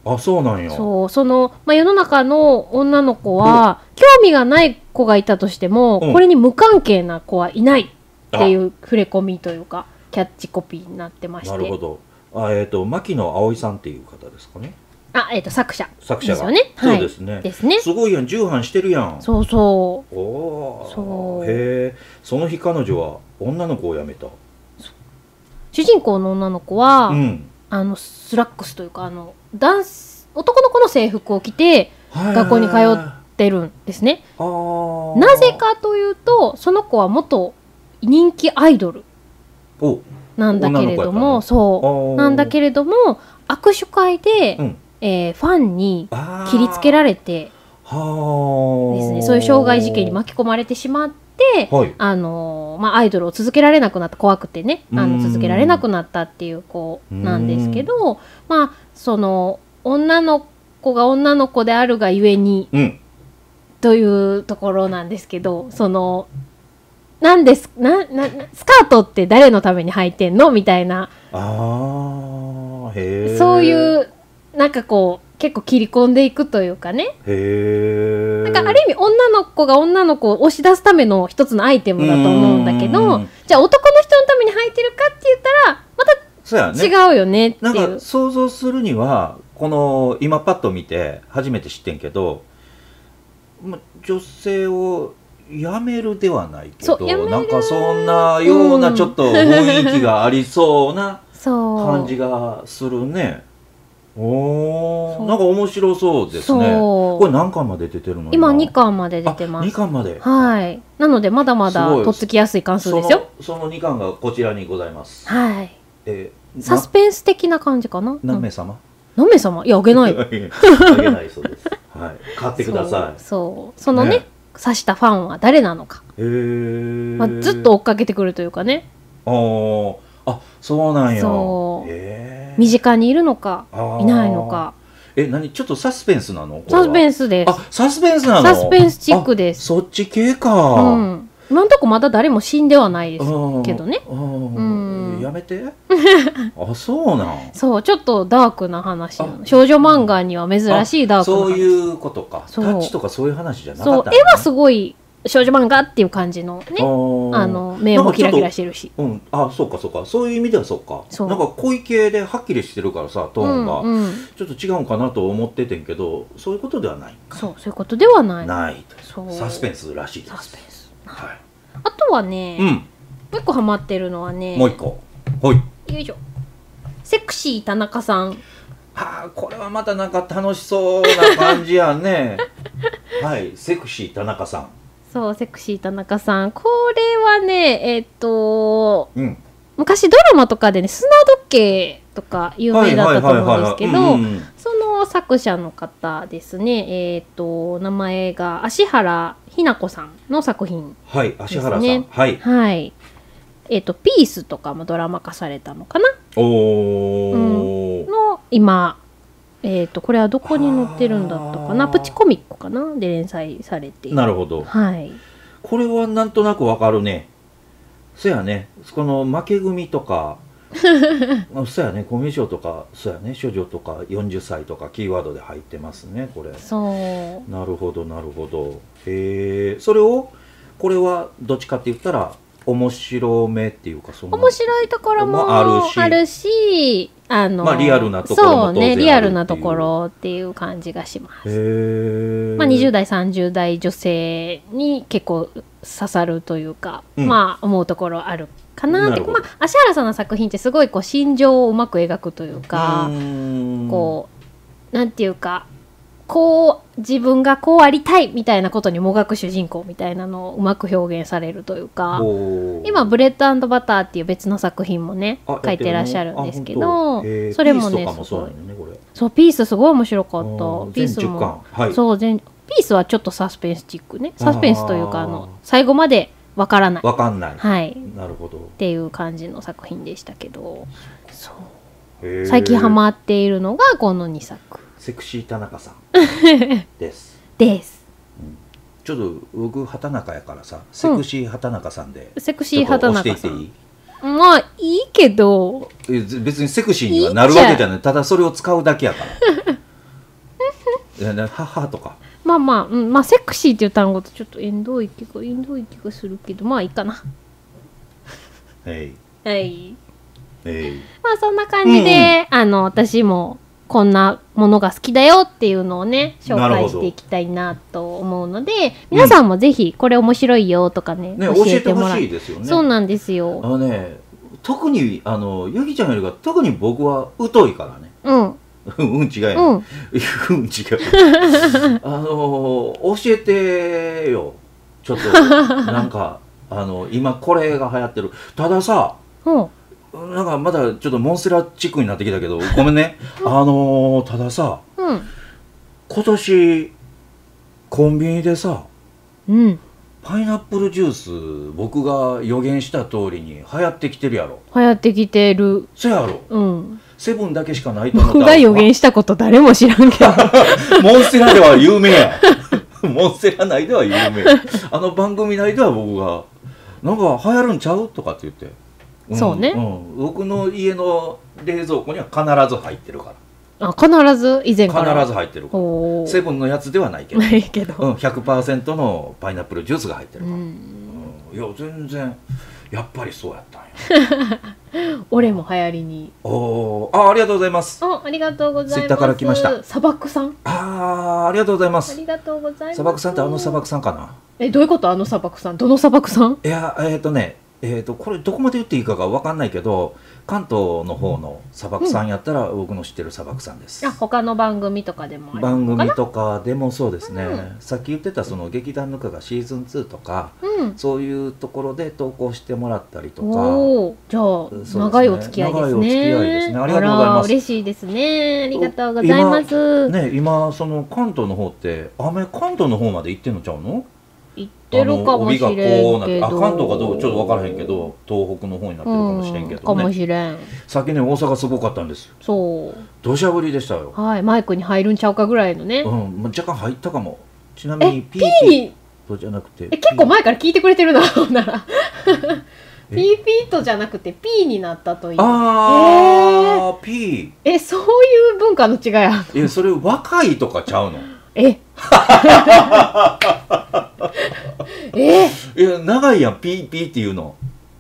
あ、そうなんや。 そう、その、まあ、世の中の女の子は興味がない子がいたとしても、 うんこれに無関係な子はいないっていう触れ込みというかキャッチコピーになってまして。 なるほど。あ、えっ、と牧野葵さんっていう方ですかね。 あ、えっ、と作者作者が。 ですよね。 そうですね。 はい、ですね。 すごいやん、重版してるやん。 そうそう。 おそうー。へえ。その日彼女は女の子を辞めた。 主人公の女の子は、 うん。 あのスラックスというかあの男男の子の制服を着て学校に通ってるんですね。 あーなぜかというとその子は元人気アイドルおなんだけれども、 女そうなんだけれども握手会で、 うんえーファンにあー切りつけられてはですね、そういう傷害事件に巻き込まれてしまって、 はいあのーまあ、アイドルを続けられなくなった、怖くてね、あうんの続けられなくなったっていう子なんですけど、まあその女の子が女の子であるがゆえにうんというところなんですけど、そのなんですななスカートって誰のために履いてんのみたいな、 あーへえ。 そういうなんかこう結構切り込んでいくというかね、 へえ。 なんかある意味女の子が女の子を押し出すための一つのアイテムだと思うんだけうどん、 じゃあ男の人のために履いてるかって言ったらまそうやね。 た違うよねってなんいう。 か想像するにはこの今パッと見て初めて知ってんけど、ま女性を辞めるではないけど、 そう辞めるなんかそんなようなちょっと雰囲気がありそうなそう感じがするね。おそうー、なんか面白そうですね。 そうこれ何巻まで出てるの？ 今にかんまで出てまあ、にす。 かんまで。 はい。なのでまだまだすごいとっつきやすい関数ですよ。 そのそのにかんがこちらにございます。 はい。 えーサスペンス的な感じかな。 な何名うん様？ 何名様？いやあげないよ。 あげないそうです。はい。買ってください。 そうそうそのねね刺したファンは誰なのか、 へーまあ、ずっと追っかけてくるというかね、 あーあ、そうなんや。 そうへー身近にいるのかあーいないのか。 え、何ちょっとサスペンスなの？ サスペンス。 スです。 あ、サスペンスなの？ サスペンスチックです。 あそっち系か。 うん、今のとこまだ誰も死んではないですうんけどね。 うんうんやめて。あ、そうなん。 そうちょっとダークな話なの。 あ少女漫画には珍しいダークな話。 そういうことか。タそうッチとかそういう話じゃなかそうったんやね。 絵はすごい少女漫画っていう感じのね、 あーあの目もキラキラしてるし。 うん、あ、そうかそうか、そういう意味ではそうか。 そうなんか濃い系ではっきりしてるからさ、トーンが、 うんうん、 ちょっと違うんかなと思っててんけど、そういうことではない。 そうそういうことではない。 ないと。 そうサスペンスらしいです。 サスペンス。 はい。 あとはね、 うん、 もう一個ハマってるのはね、 もう一個。はい。 よいしょ。セクシー田中さん。 はあ、これはまたなんか楽しそうな感じやね。はい、セクシー田中さん。 そうセクシー田中さん。これはねえっとうん。 昔ドラマとかでね砂時計とか有名だったと思うんですけど、その作者の方ですね。えっと名前が芦原ひな子さんの作品。 はい、芦原さん。 ですねはい。 はい。えっとピースとかもドラマ化されたのかなおー。 の今、えっとこれはどこに載ってるんだったかな、 あープチコミックかなで連載されている。 なるほど。 はい。 これはなんとなくわかるね。そやね、この負け組とか、あそやね、コミュ障とか、そやね、処女とかよんじゅっさいとかキーワードで入ってますね、これ。 そうなるほど、なるほど。へえ、それを、これはどっちかって言ったら、面白めっていうか、その面白いところももあるしあるし、あのまあリアルなところも当然あるっていうそうね、リアルなところっていう感じがします。 へえ。 まあ、にじゅう代さんじゅう代女性に結構刺さるというか、 うんまあ思うところあるかなって。 なるほどまあ芦原さんの作品ってすごいこう心情をうまく描くというか、 うーんこうなんていうかこう自分がこうありたいみたいなことにもがく主人公みたいなのをうまく表現されるというか、 おー今ブレッド&バターっていう別の作品もねあ書いてらっしゃるんですけやど、 ってるのあ本当へーそれもねピースとかもすごいそうなんだよね、これ。 そうピースすごい面白かった。 あーピース全じゅっかんも、 はいそう全ピースはちょっとサスペンスチックね、サスペンスというかああーの最後までわからない、 わかんない。 はいっなるほど。 ていう感じの作品でしたけど、そうへー最近ハマっているのがこのにさくセクシー田中さんです。 です。 ちょっと僕畑中やからさ、セクシー畑中さんでセクシー畑ちょっと中さん押していっていい？ まあいいけどえぜ別にセクシーにはなるわけじゃない。ただそれを使うだけやから。 いやね母とかまあまあ、うん、まあセクシーっていう単語とちょっと縁遠い気が縁遠い気がするけど、まあいいかな。 えいはい。 えいまあそんな感じで、うん、あの私もこんなものが好きだよっていうのをね紹介していきたいなと思うので、皆さんもぜひこれ面白いよとかね、 ね教えてもら教えてほしいですよね。 そうなんですよ。 あのね特にあのゆきちゃんよりが特に僕は疎いからね。 うんうん違うよ、 うん、 うん違うあの教えてよちょっとなんかあの今これが流行ってる。たださ、 うんなんかまだちょっとモンステラチックになってきたけどごめんねあのたださ、 うん、 今年コンビニでさ、 うん、 パイナップルジュース僕が予言した通りに流行ってきてるやろ。 流行ってきてる。 そやろ、 うん、 セブンだけしかないと思った。 僕が予言したこと誰も知らんけどモンステラでは有名やモンステラ内では有名あの番組内では僕がなんか流行るんちゃうとかって言って、うん、 そうね、 うん、僕の家の冷蔵庫には必ず入ってるから。あ必ず以前から必ず入ってるから。セブンのやつではないけどないけど、 うん、ひゃくパーセント のパイナップルジュースが入ってるから、うんうん、 いや全然やっぱりそうやったんや俺も流行りに。 おあありがとうございます。 あありがとうございます。 ツイッターから来ました。 砂漠さん。 ああありがとうございます。 ありがとうございます。 砂漠さんってあの砂漠さんかな。 えどういうこと？あの砂漠さんどの砂漠さん？ いやえっ、ー、とねえー、とこれどこまで言っていいかが分かんないけど関東の方の砂漠さんやったら僕の知ってる砂漠さんです、 うん、あ他の番組とかでもあるのかな。 番組とかでもそうですね、うん、さっき言ってたその劇団ぬかがシーズンツーとか、うん、そういうところで投稿してもらったりとか。おじゃあ、ね、長いお付き合いですね。長いお付き合いですね。ありがとうございます。嬉しいですね。ありがとうございます。 今ね今その関東の方って雨関東の方まで行ってんのちゃうの？ 行ってるかもしれんけど。 あ関東かどうちょっと分からへんけど東北の方になってるかもしれんけどね、 うん、かもしれん。 さっきね大阪すごかったんですよ。そう土砂降りでしたよ。 はいマイクに入るんちゃうかぐらいのね。 うん、まあ、若干入ったかも。ちなみにピーピーとじゃなくてえ結構前から聞いてくれてるなならピーピーとじゃなくて P になったという。 あー、えー、P えそういう文化の違いあるの？ えそれ若いとかちゃうの？ ええいや長いやん ピーピー っていうの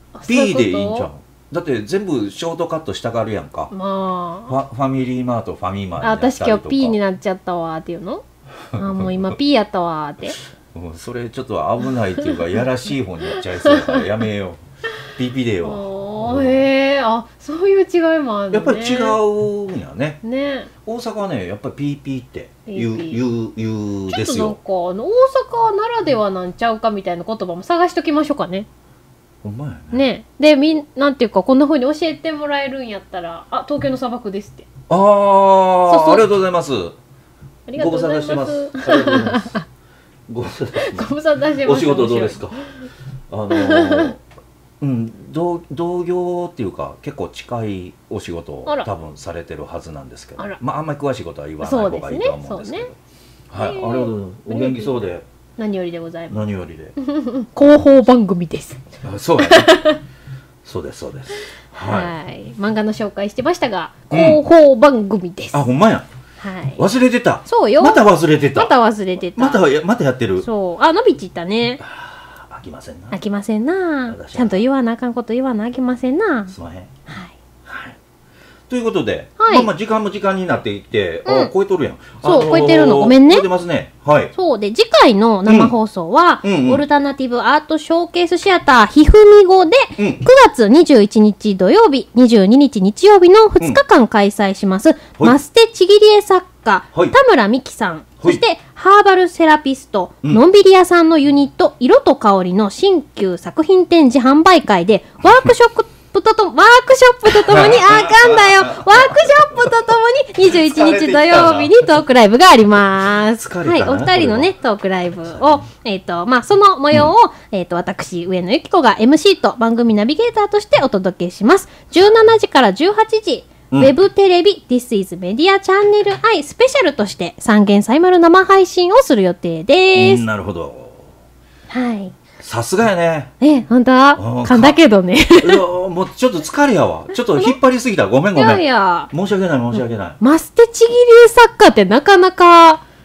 P でいいんじゃん。だって全部ショートカットしたがるやんか。まあファ、ファミリーマートファミマーにあ私今日 P になっちゃったわっていうのあもう今 P やったわってうん、それちょっと危ないっていうかやらしい方に行っちゃいそうだからやめようピーピー でよ。 へえー、あそういう違いもあるのね。 やっぱり違うんやね。 ね大阪はねやっぱり ピーピー って言う言う言うですよ。 ちょっとなんか大阪ならではなんちゃうかみたいな言葉も探しときましょうかね。 ほんまやね。 ねでみんなんていうかこんな風に教えてもらえるんやったらあ東京の砂漠ですって。 ああありがとうございます。 ありがとうございます。 ご無沙汰してます。ありがとうございます。ご無沙汰してます。 ご無沙汰してます。 お仕事どうですか？あのー、うん同同業っていうか結構近いお仕事を多分されてるはずなんですけど、あまああんまり詳しいことは言わない方がいいとは思うんですけど。はい、ありがとうございます。お元気そうで。 何よりでございます。 何よりで。 広報番組です。 そうやね。そうですそうです。 はい、はい。漫画の紹介してましたが、広報番組です。 うん、あほんまや。はい、忘れてた。 そうよ。 また忘れてた。 また忘れてた。 またまたやってる。 そう。あのびちったね。 飽きませんな。 飽きませんな。ちゃんと言わなあかんこと言わなあきませんな。 すまへん。はい。はい。ということで、はい、まあまあ時間も時間になっていって、うん、あ超えとるやん。 そう、あのー、超えてるのごめんね。 超えてますね。はい。 そうで次回の生放送は、うんうんうん、オルタナティブアートショーケースシアターひふみごで、うん、くがつにじゅういちにち土曜日、にじゅうににち日曜日のふつかかん開催します、うん、マステちぎり絵作家、はい、田村美樹さん、そしてハーバルセラピスト、うん、のんびり屋さんのユニット色と香りの新旧作品展示販売会でワークショップととワークショップとともにあかんだよワークショップとともににじゅういちにち土曜日にトークライブがあります。はい、お二人のねトークライブをえっ、ー、とまあその模様を、うん、えっ、ー、と私上野由紀子が エムシー と番組ナビゲーターとしてお届けします。じゅうしちじからじゅうはちじ、うん、ウェブテレビ This is Media Channel I スペシャルとして三元サイマル生配信をする予定です。 うん、なるほど。 はい。 さすがやね。 え、ほんと噛んだけどね。 いや、もうちょっと疲れやわ。ちょっと引っ張りすぎた。ごめんごめん。いやいや。申し訳ない申し訳ない。 マステちぎり作家ってなかなか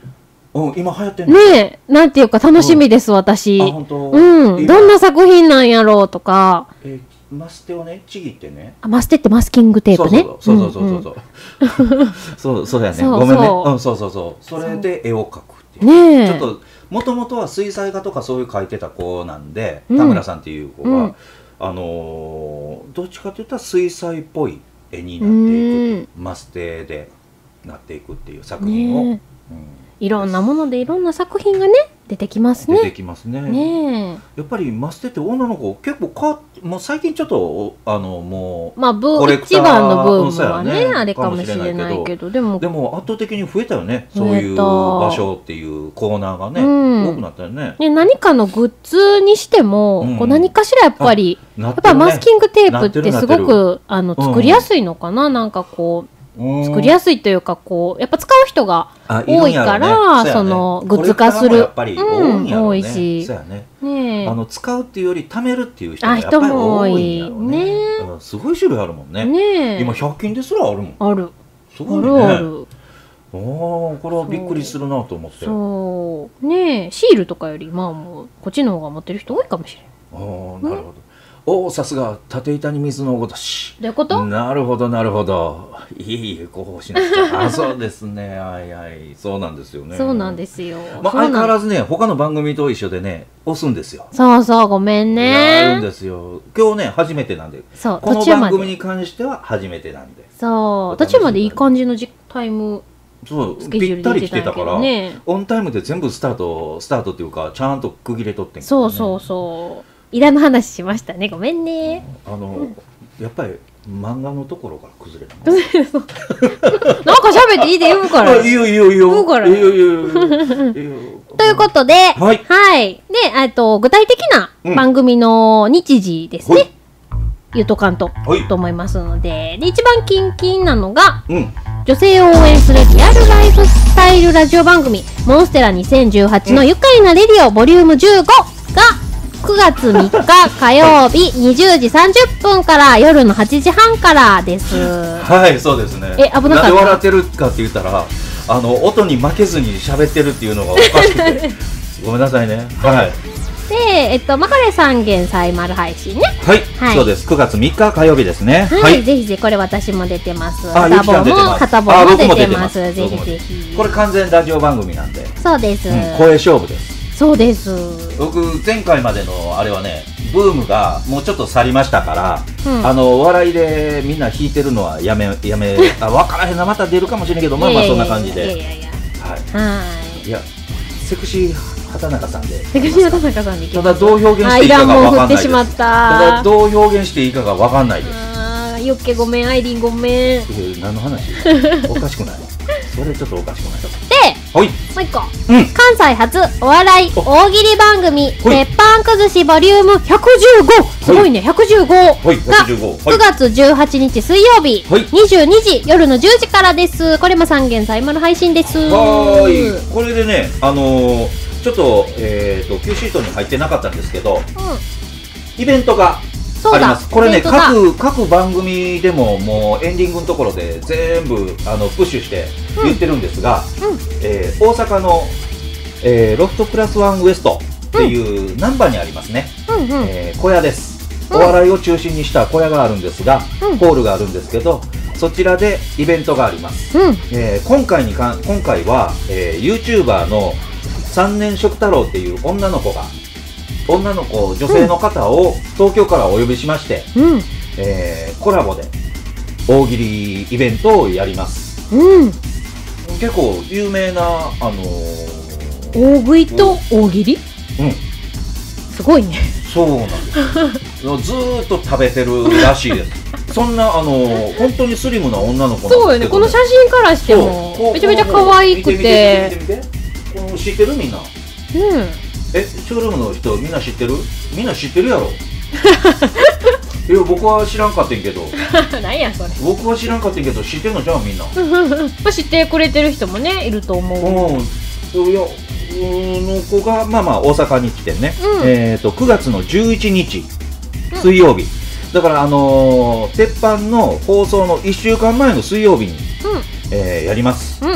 うん、今流行ってんのねえ、なんていうか楽しみです、私。 あ、本当。 うん、 今どんな作品なんやろうとか。 えーマステをね、ちぎってね。 あ、マステってマスキングテープね。 そうそうそうそうそうそう。そうそうやね。 そうそうごめんね。うん、そうそうそう。それで絵を描くっていう。 ねえ。 ちょっともともとは水彩画とかそういう描いてた子なんで、 うん田村さんっていう子が、 うんあのーどっちかといったら水彩っぽい絵になっていく、マステでなっていくっていう作品を、 ねえ、 うん、 いろんなものでいろんな作品がね出てきますね。 出てきますね。 ねやっぱりマステって女の子結構変わっもう最近ちょっとあのもえ。まあブコレクター一番のブームはそうやねねあれかもしれないけど、でもうでも圧倒的に増えたよね。そういう増えた場所っていうコーナーがね、 うん多くなったよね。 ね、何かのグッズにしても、 うんこう何かしらやっぱり、やっぱりマスキングテープってすごくあの作りやすいのかな、なんかこう作りやすいというか、こうやっぱ使う人が多いから、そのグッズ化する、うん多いし、ねえ、 あの使うっていうより貯めるっていう人がやっぱりあ人も多多いんいやろうね。 ねうんすごい種類あるもんね。 ねえ、 今ひゃく均ですらあるもん。 あるすごいあるあね。 る。 おーこれはびっくりするなと思って。 そうねえ、シールとかよりまあもうこっちの方が持ってる人多いかもしれない。 おーなるほど。おおさすが縦板に水のごとし。 どういうこと？ なるほどなるほど。いいえご奉仕なくちゃ。あそうですね。はいはいそうなんですよね。 そうなんですよ。 まあそうなん相変わらずね他の番組と一緒でね押すんですよ。 そうそう、ごめんやるんね。 ですよ。今日ね初めてなんで。 そうこの途中まで。 番組に関しては初めてなんで。 そう途中までいい感じのじタイムそうスケジュールぴったりで出てたんやけ来てたから、 どね。 オンタイムで全部スタートスタートっていうかちゃんと区切れとってんけどね。 そうそうそう。いらぬ話しましたね。ごめんね。 あの、やっぱり漫画のところから崩れたの。 なんか喋っていいで言うから。 あいいよいいよいいよ。 言うからいいよいいよいいよいいよ。 ということで、 はいはい。で、えっと、具体的なうん番組の日時ですね。 はい言うとかんと、 はいと思いますので。で、一番キンキンなのが、 うん。 女性を応援するリアルライフスタイルラジオ番組、モンステラにせんじゅうはちの愉快なレディオボリュームじゅうごが、くがつみっか火曜日にじゅうじさんじゅっぷんから夜のはちじはんからです。 はいそうですね。 え危なかったなんで笑ってるかって言ったら、あの音に負けずに喋ってるっていうのがおかしくて、ごめんなさいね。はいで、えっと、マカレ三元サイマル配信ね。 はい、 はいそうです。くがつみっか火曜日ですね。 はい、ぜひぜひ、これ私も出てます。 あゆきちゃん出てます片棒もあ僕も出てま。 出てますすぜひぜひ。 これ完全ラジオ番組なんで、 そうです。 うん、声勝負です。 そうです。 僕前回までのあれはねブームがもうちょっと去りましたから、 うんあの笑いでみんな弾いてるのはやめやめあ分からへんなまた出るかもしれんけどまあまあそんな感じいやいでやいやいや。 ははいいやセクシー畑中さんでセクシー畑中さんに行きたますだどう表現あ、 していいかがいらんもん分かんないです振ってしまった。 ただどう表現していいかが分かんないですあー、ユッケごめん、アイリンごめん。で、 え何の話おかしくないそれちょっとおかしくないもはいう一個。 うん関西初お笑い大喜利番組「鉄板崩しボリュームひゃくじゅうご」すごいねひゃくじゅうごがはいひゃくじゅうごはいくがつじゅうはちにち水曜日はいにじゅうにじ夜のじゅうじからです。これも三元サイマル配信です。 はーいこれでねあのー、ちょっとえっ、ー、と Q シートに入ってなかったんですけどうん、 イベントがそうだあります。これねイベントだ各各番組でももうエンディングのところで全部あのプッシュして言ってるんですが、 うんえー大阪の、えーロフトプラスワンウエストっていう難波にありますね、 うんうんえー小屋です、 うんお笑いを中心にした小屋があるんですが、 うんホールがあるんですけどそちらでイベントがあります、 うんえー今回にかん今回は、えー、YouTuber の三年食太郎っていう女の子が女の子女性の方を東京からお呼びしまして、 うんえーコラボで大喜利イベントをやります。 うん結構有名なあのー、 大食いと大喜利うんすごいね。 そうなんですよずーっと食べてるらしいですそんなあのー、本当にスリムな女の子なんですけど、ね、 そうよね、この写真からしてもそうめちゃめちゃ可愛くて見て見て見て見てこの知ってるみんなうんえショールームの人みんな知ってるみんな知ってるやろいや僕は知らんかってんけど何やそれ僕は知らんかってんけど知ってんのじゃんみんなまあ知ってくれてる人もねいると思う。 うんいやの子がまあまあ大阪に来てね、 うんえっとくがつのじゅういちにち水曜日、だからあのー鉄板の放送のいっしゅうかんまえの水曜日に、 うんえーやります。 うん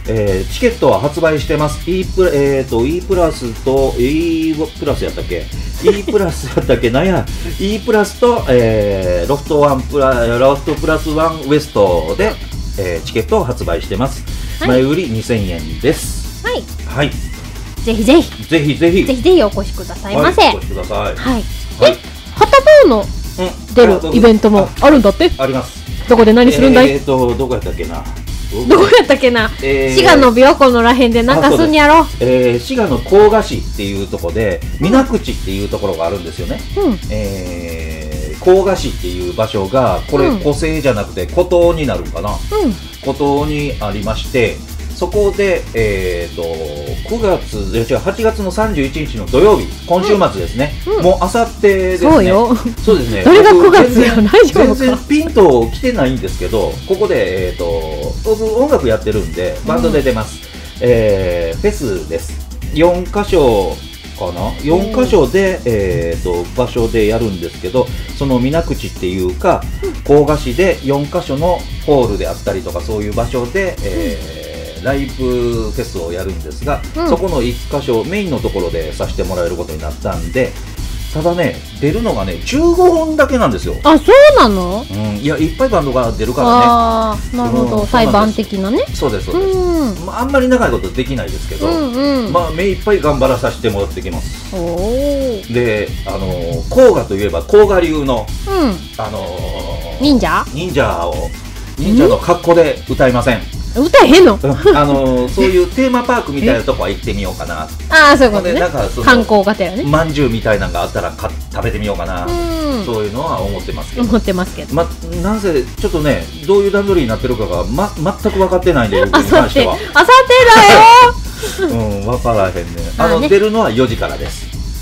えー、チケットは発売してます。E プラ、えーと、E プラスと、E プラスやったっけ ?E プラスやったっけなんや ?E プラスと、えー、ロフトワンプラ、ロフトプラスワンウエストで、えー、チケットを発売してます。はい、前売りにせんえんです。 はい。 はい。 ぜひぜひ。 ぜひぜひ。 ぜひぜひお越しくださいませ。 はい、お越しください。はい。 はい、え、はたぼうの出るイベントもあるんだって？ あります。 どこで何するんだい？ えーと、どこやったっけな。 どこやったっけな、えー、滋賀の琵琶湖のらへんでなんかすんやろ。 えー、滋賀の甲賀市っていうところで水口っていうところがあるんですよね。うん、えー、甲賀市っていう場所がこれ湖西じゃなくて湖東になるかな、うん、湖東にありまして、そこで、えー、とくがついや違うはちがつのさんじゅういちにちの土曜日、今週末ですね、うん、もうあさってですね。 そうよ。 そうですね。 どれがくがつや、大丈夫か。 全然ピンと来てないんですけど、ここで、えー、と僕音楽やってるんでバンドで出ます、うん、えー、フェスです。よんかしょかな、よんかしょで、えー、と場所でやるんですけど、その水口っていうか甲賀市でよんかしょのホールであったりとか、そういう場所で、えーライブフェスをやるんですが、うん、そこのいっかしょメインのところでさせてもらえることになったんで、ただね、出るのがねじゅうごほんだけなんですよ。 あ、そうなの？ うん、いや、いっぱいバンドが出るからね。 ああ、なるほど、裁判的なね。 そうです、そうです、うん、まあ、あんまり長いことできないですけど、うんうん、まあ目いっぱい頑張らさせてもらってきます。おー。で、あのー、甲賀といえば甲賀流の、うん、あのー、 忍者忍者を忍者の格好で歌いません？ 歌えへんの？ あのそういうテーマパークみたいなとこは行ってみようかな。 ああ、そういうことね。 なんかその観光がてらね。 まんじゅうみたいなのがあったらか食べてみようかな。うん、そういうのは思ってますけど。 思ってますけど。 ま、なぜちょっとね、どういう段取りになってるかが、ま、全く分かってないんで、僕に関しては。 あさってだよ。 うん、分からへんね。あの、ね、出るのはよじからです。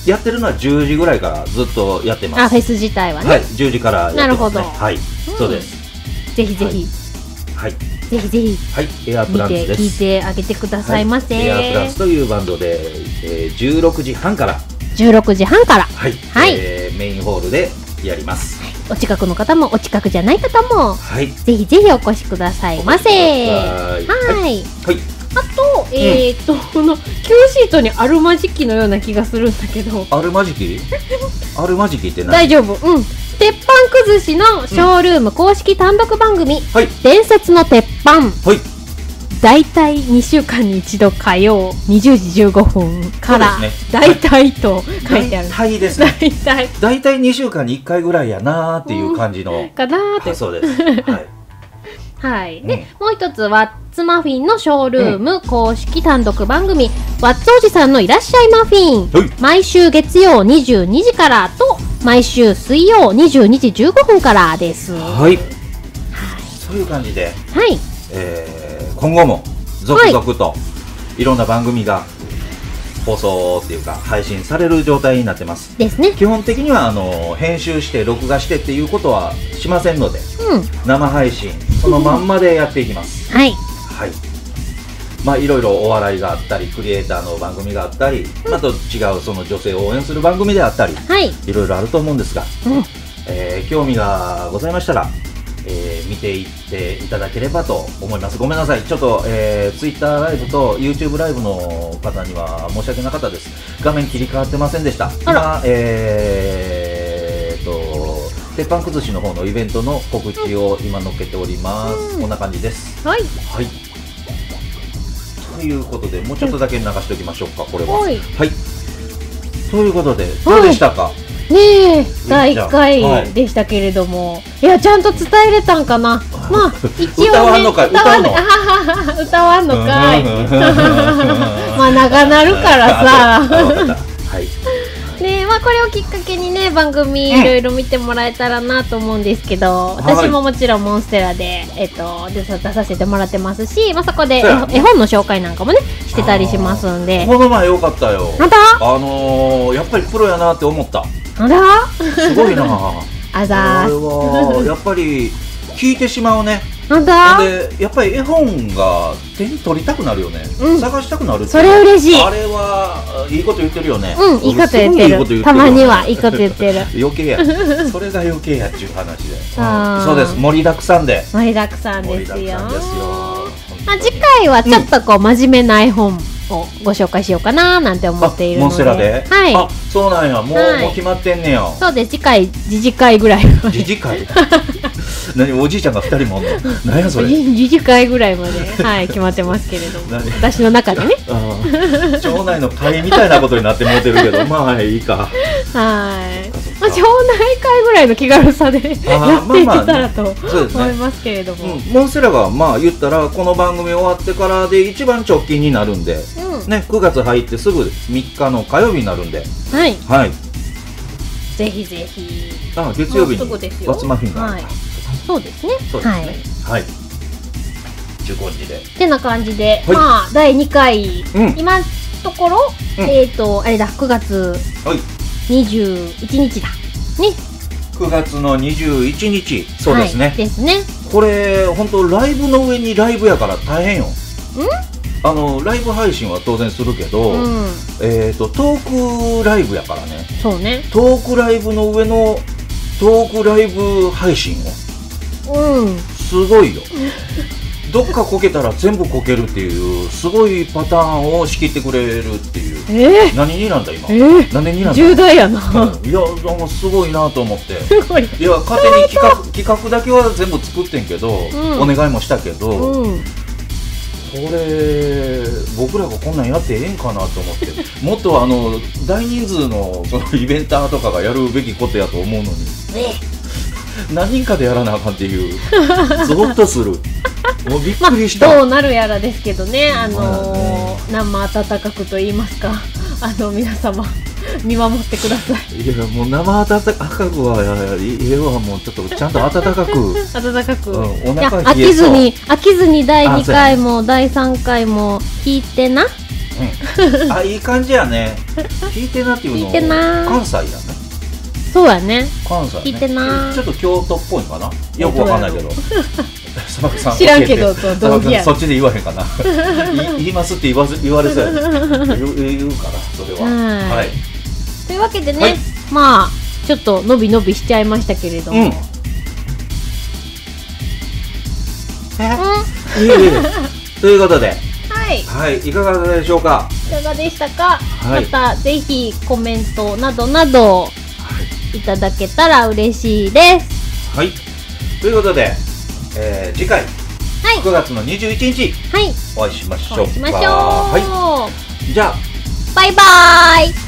やってるのはじゅうじぐらいからずっとやってます。 あ、フェス自体はね。 はい、じゅうじからやってます、ね。なるほど。はい、うん、そうです。 ぜひぜひ。 はい。 ぜひぜひ、 はい、エアプランツです。 見て聞いてあげてくださいませ。はい、 エアプランツというバンドで、えー、じゅうろくじはんからじゅうろくじはんから、 はい、はい、えー、メインホールでやります。 お近くの方もお近くじゃない方も、はい、ぜひぜひお越しくださいませ。はい、はい、はい、あと、えー、っと、うん、この Q シートにあるまじきのような気がするんだけど。 あるまじき？あるまじきって何？ 大丈夫。うん。鉄板崩しのショールーム公式単独番組、うん、はい、伝説の鉄板。はい。だいたいにしゅうかんに一度火曜にじゅうじじゅうごふんからだいたいと書いてある。 だいたいですね。 だいたい。 だいたいにしゅうかんにいっかいぐらいやなーっていう感じの。うん、 かなーって。 そうです。はい。 はい。で、うん、もう一つワッツマフィンのショールーム公式単独番組、うん、ワッツおじさんのいらっしゃいマフィン、はい、毎週月曜にじゅうにじからと毎週水曜にじゅうにじじゅうごふんからです。はい。はい。 そういう感じで、 はい。 えー、今後も続々といろんな番組が放送っていうか配信される状態になってます。 ですね。 基本的にはあの編集して録画してっていうことはしませんので、うん、生配信そのまんまでやっていきます。 はい。 はい。まあいろいろお笑いがあったりクリエイターの番組があったり、うん、あと違うその女性を応援する番組であったり、はい、いろいろあると思うんですが、うん、えー、興味がございましたら、えー、見ていっていただければと思います。ごめんなさい、ちょっと、えー、Twitter ライブと YouTube ライブの方には申し訳なかったです。画面切り替わってませんでした。今、えーと鉄板崩しの方のイベントの告知を今載っけております。うん、こんな感じです。はい、はい、ということでもうちょっとだけ流しておきましょうか。これは、はい、はい、ということでどうでしたか？はい、 ねえ、だいいっかいでしたけれども、はい、いやちゃんと伝えれたんかな。まあ一応ね、 歌わんのかい、歌うの歌わんのかいまあ長なるからさはいね、まあこれをきっかけにね番組いろいろ見てもらえたらなと思うんですけど、うん、私ももちろんモンステラで、えっと、出さ、出させてもらってますし、まあ、そこで絵本の紹介なんかもねしてたりしますんで。 この前よかったよ。 またあのー、やっぱりプロやなって思った。 あらすごいなあざーこれはやっぱり聞いてしまうね。 なんだでやっぱり絵本が手に取りたくなるよね、うん、探したくなる。 それ嬉しい。 あれはいいこと言ってるよね。 うん、いいこと言ってる。いいこと言ってる。たまにはいいこと言ってる余計やそれが余計やっていう話で、うん、そうです。盛りだくさんで盛りだくさんですよ。 盛りだくさんですよ。本まあ、次回はちょっとこう真面目な絵本をご紹介しようかななんて思っているので、 モンステラで、 はい、 あ、そうなんや、もう、 はい、 もう決まってんねや。 そうです、次回次次回ぐらいまで次次回何、おじいちゃんがふたりもおんの何やそれ。 次次回ぐらいまで、はい、決まってますけれども私の中でねあ町内の会みたいなことになってもうてるけどまあいいか。 はい、まあ、町内会ぐらいの気軽さでやっていけたらと思いますけれども、 うん、モンステラがまあ言ったらこの番組終わってからで一番直近になるんで、うん、ね、くがつ入ってすぐみっかの火曜日になるんで、 はい、 はい、 ぜひぜひ。 あ、月曜日にバツマフィンがある、 はい、そうですね、 そうですね、はい、中高時でってな感じで、 はい、 まあだいにかい、うん、今のところ、うん、えっ、ー、とあれだくがつにじゅういちにちだね、 くがつのにじゅういちにち、そうですね、 はい、ですね。 これ本当ライブの上にライブやから大変よ。んあのライブ配信は当然するけど、うん、えーとトークライブやからね。 そうね、 トークライブの上のトークライブ配信を、うん、すごいよどっかこけたら全部こけるっていうすごいパターンを仕切ってくれるっていう、えー、何になんだ今、えー、何になんだ重大やな、 うん、いやなんかすごいなと思ってすごい、いや勝手に企画企画だけは全部作ってんけど、うん、お願いもしたけど、うん、これ僕らがこんなんやってええんかなと思ってもっとあの大人数のそのイベンターとかがやるべきことやと思うのに、え何人かでやらなあかんっていうゾッとするもうびっくりした、 まあ、どうなるやらですけどね、あのー、生温かくと言いますか、あの皆様見守ってください。 いやもう生温かくは家はもうちょっとちゃんと温かく温かく、 うん、お腹飽きずに飽きずにだいにかいもだいさんかいも聞いてな、 うん、あいい感じやね聞いてなっていうの関西やね。 そうやね、 関西、ね、 聞いてな、 ちょっと京都っぽいのかな、よくわかんないけどさん知らんけどどうやそっちで言わへんかな言いますって言わず言われそうやね言うからそれは、はい、 というわけでね、はい、まあちょっと伸び伸びしちゃいましたけれども、うん、 えいえいえということで、 はい、 はい、いかがだったでしょうか。 いかがでしたか、はい、またぜひコメントなどなどいただけたら嬉しいです。 はい、ということで、えー、次回、はい、くがつのにじゅういちにち、はい、お会いしましょう。 お会いしましょう。 はい、じゃあバイバーイ。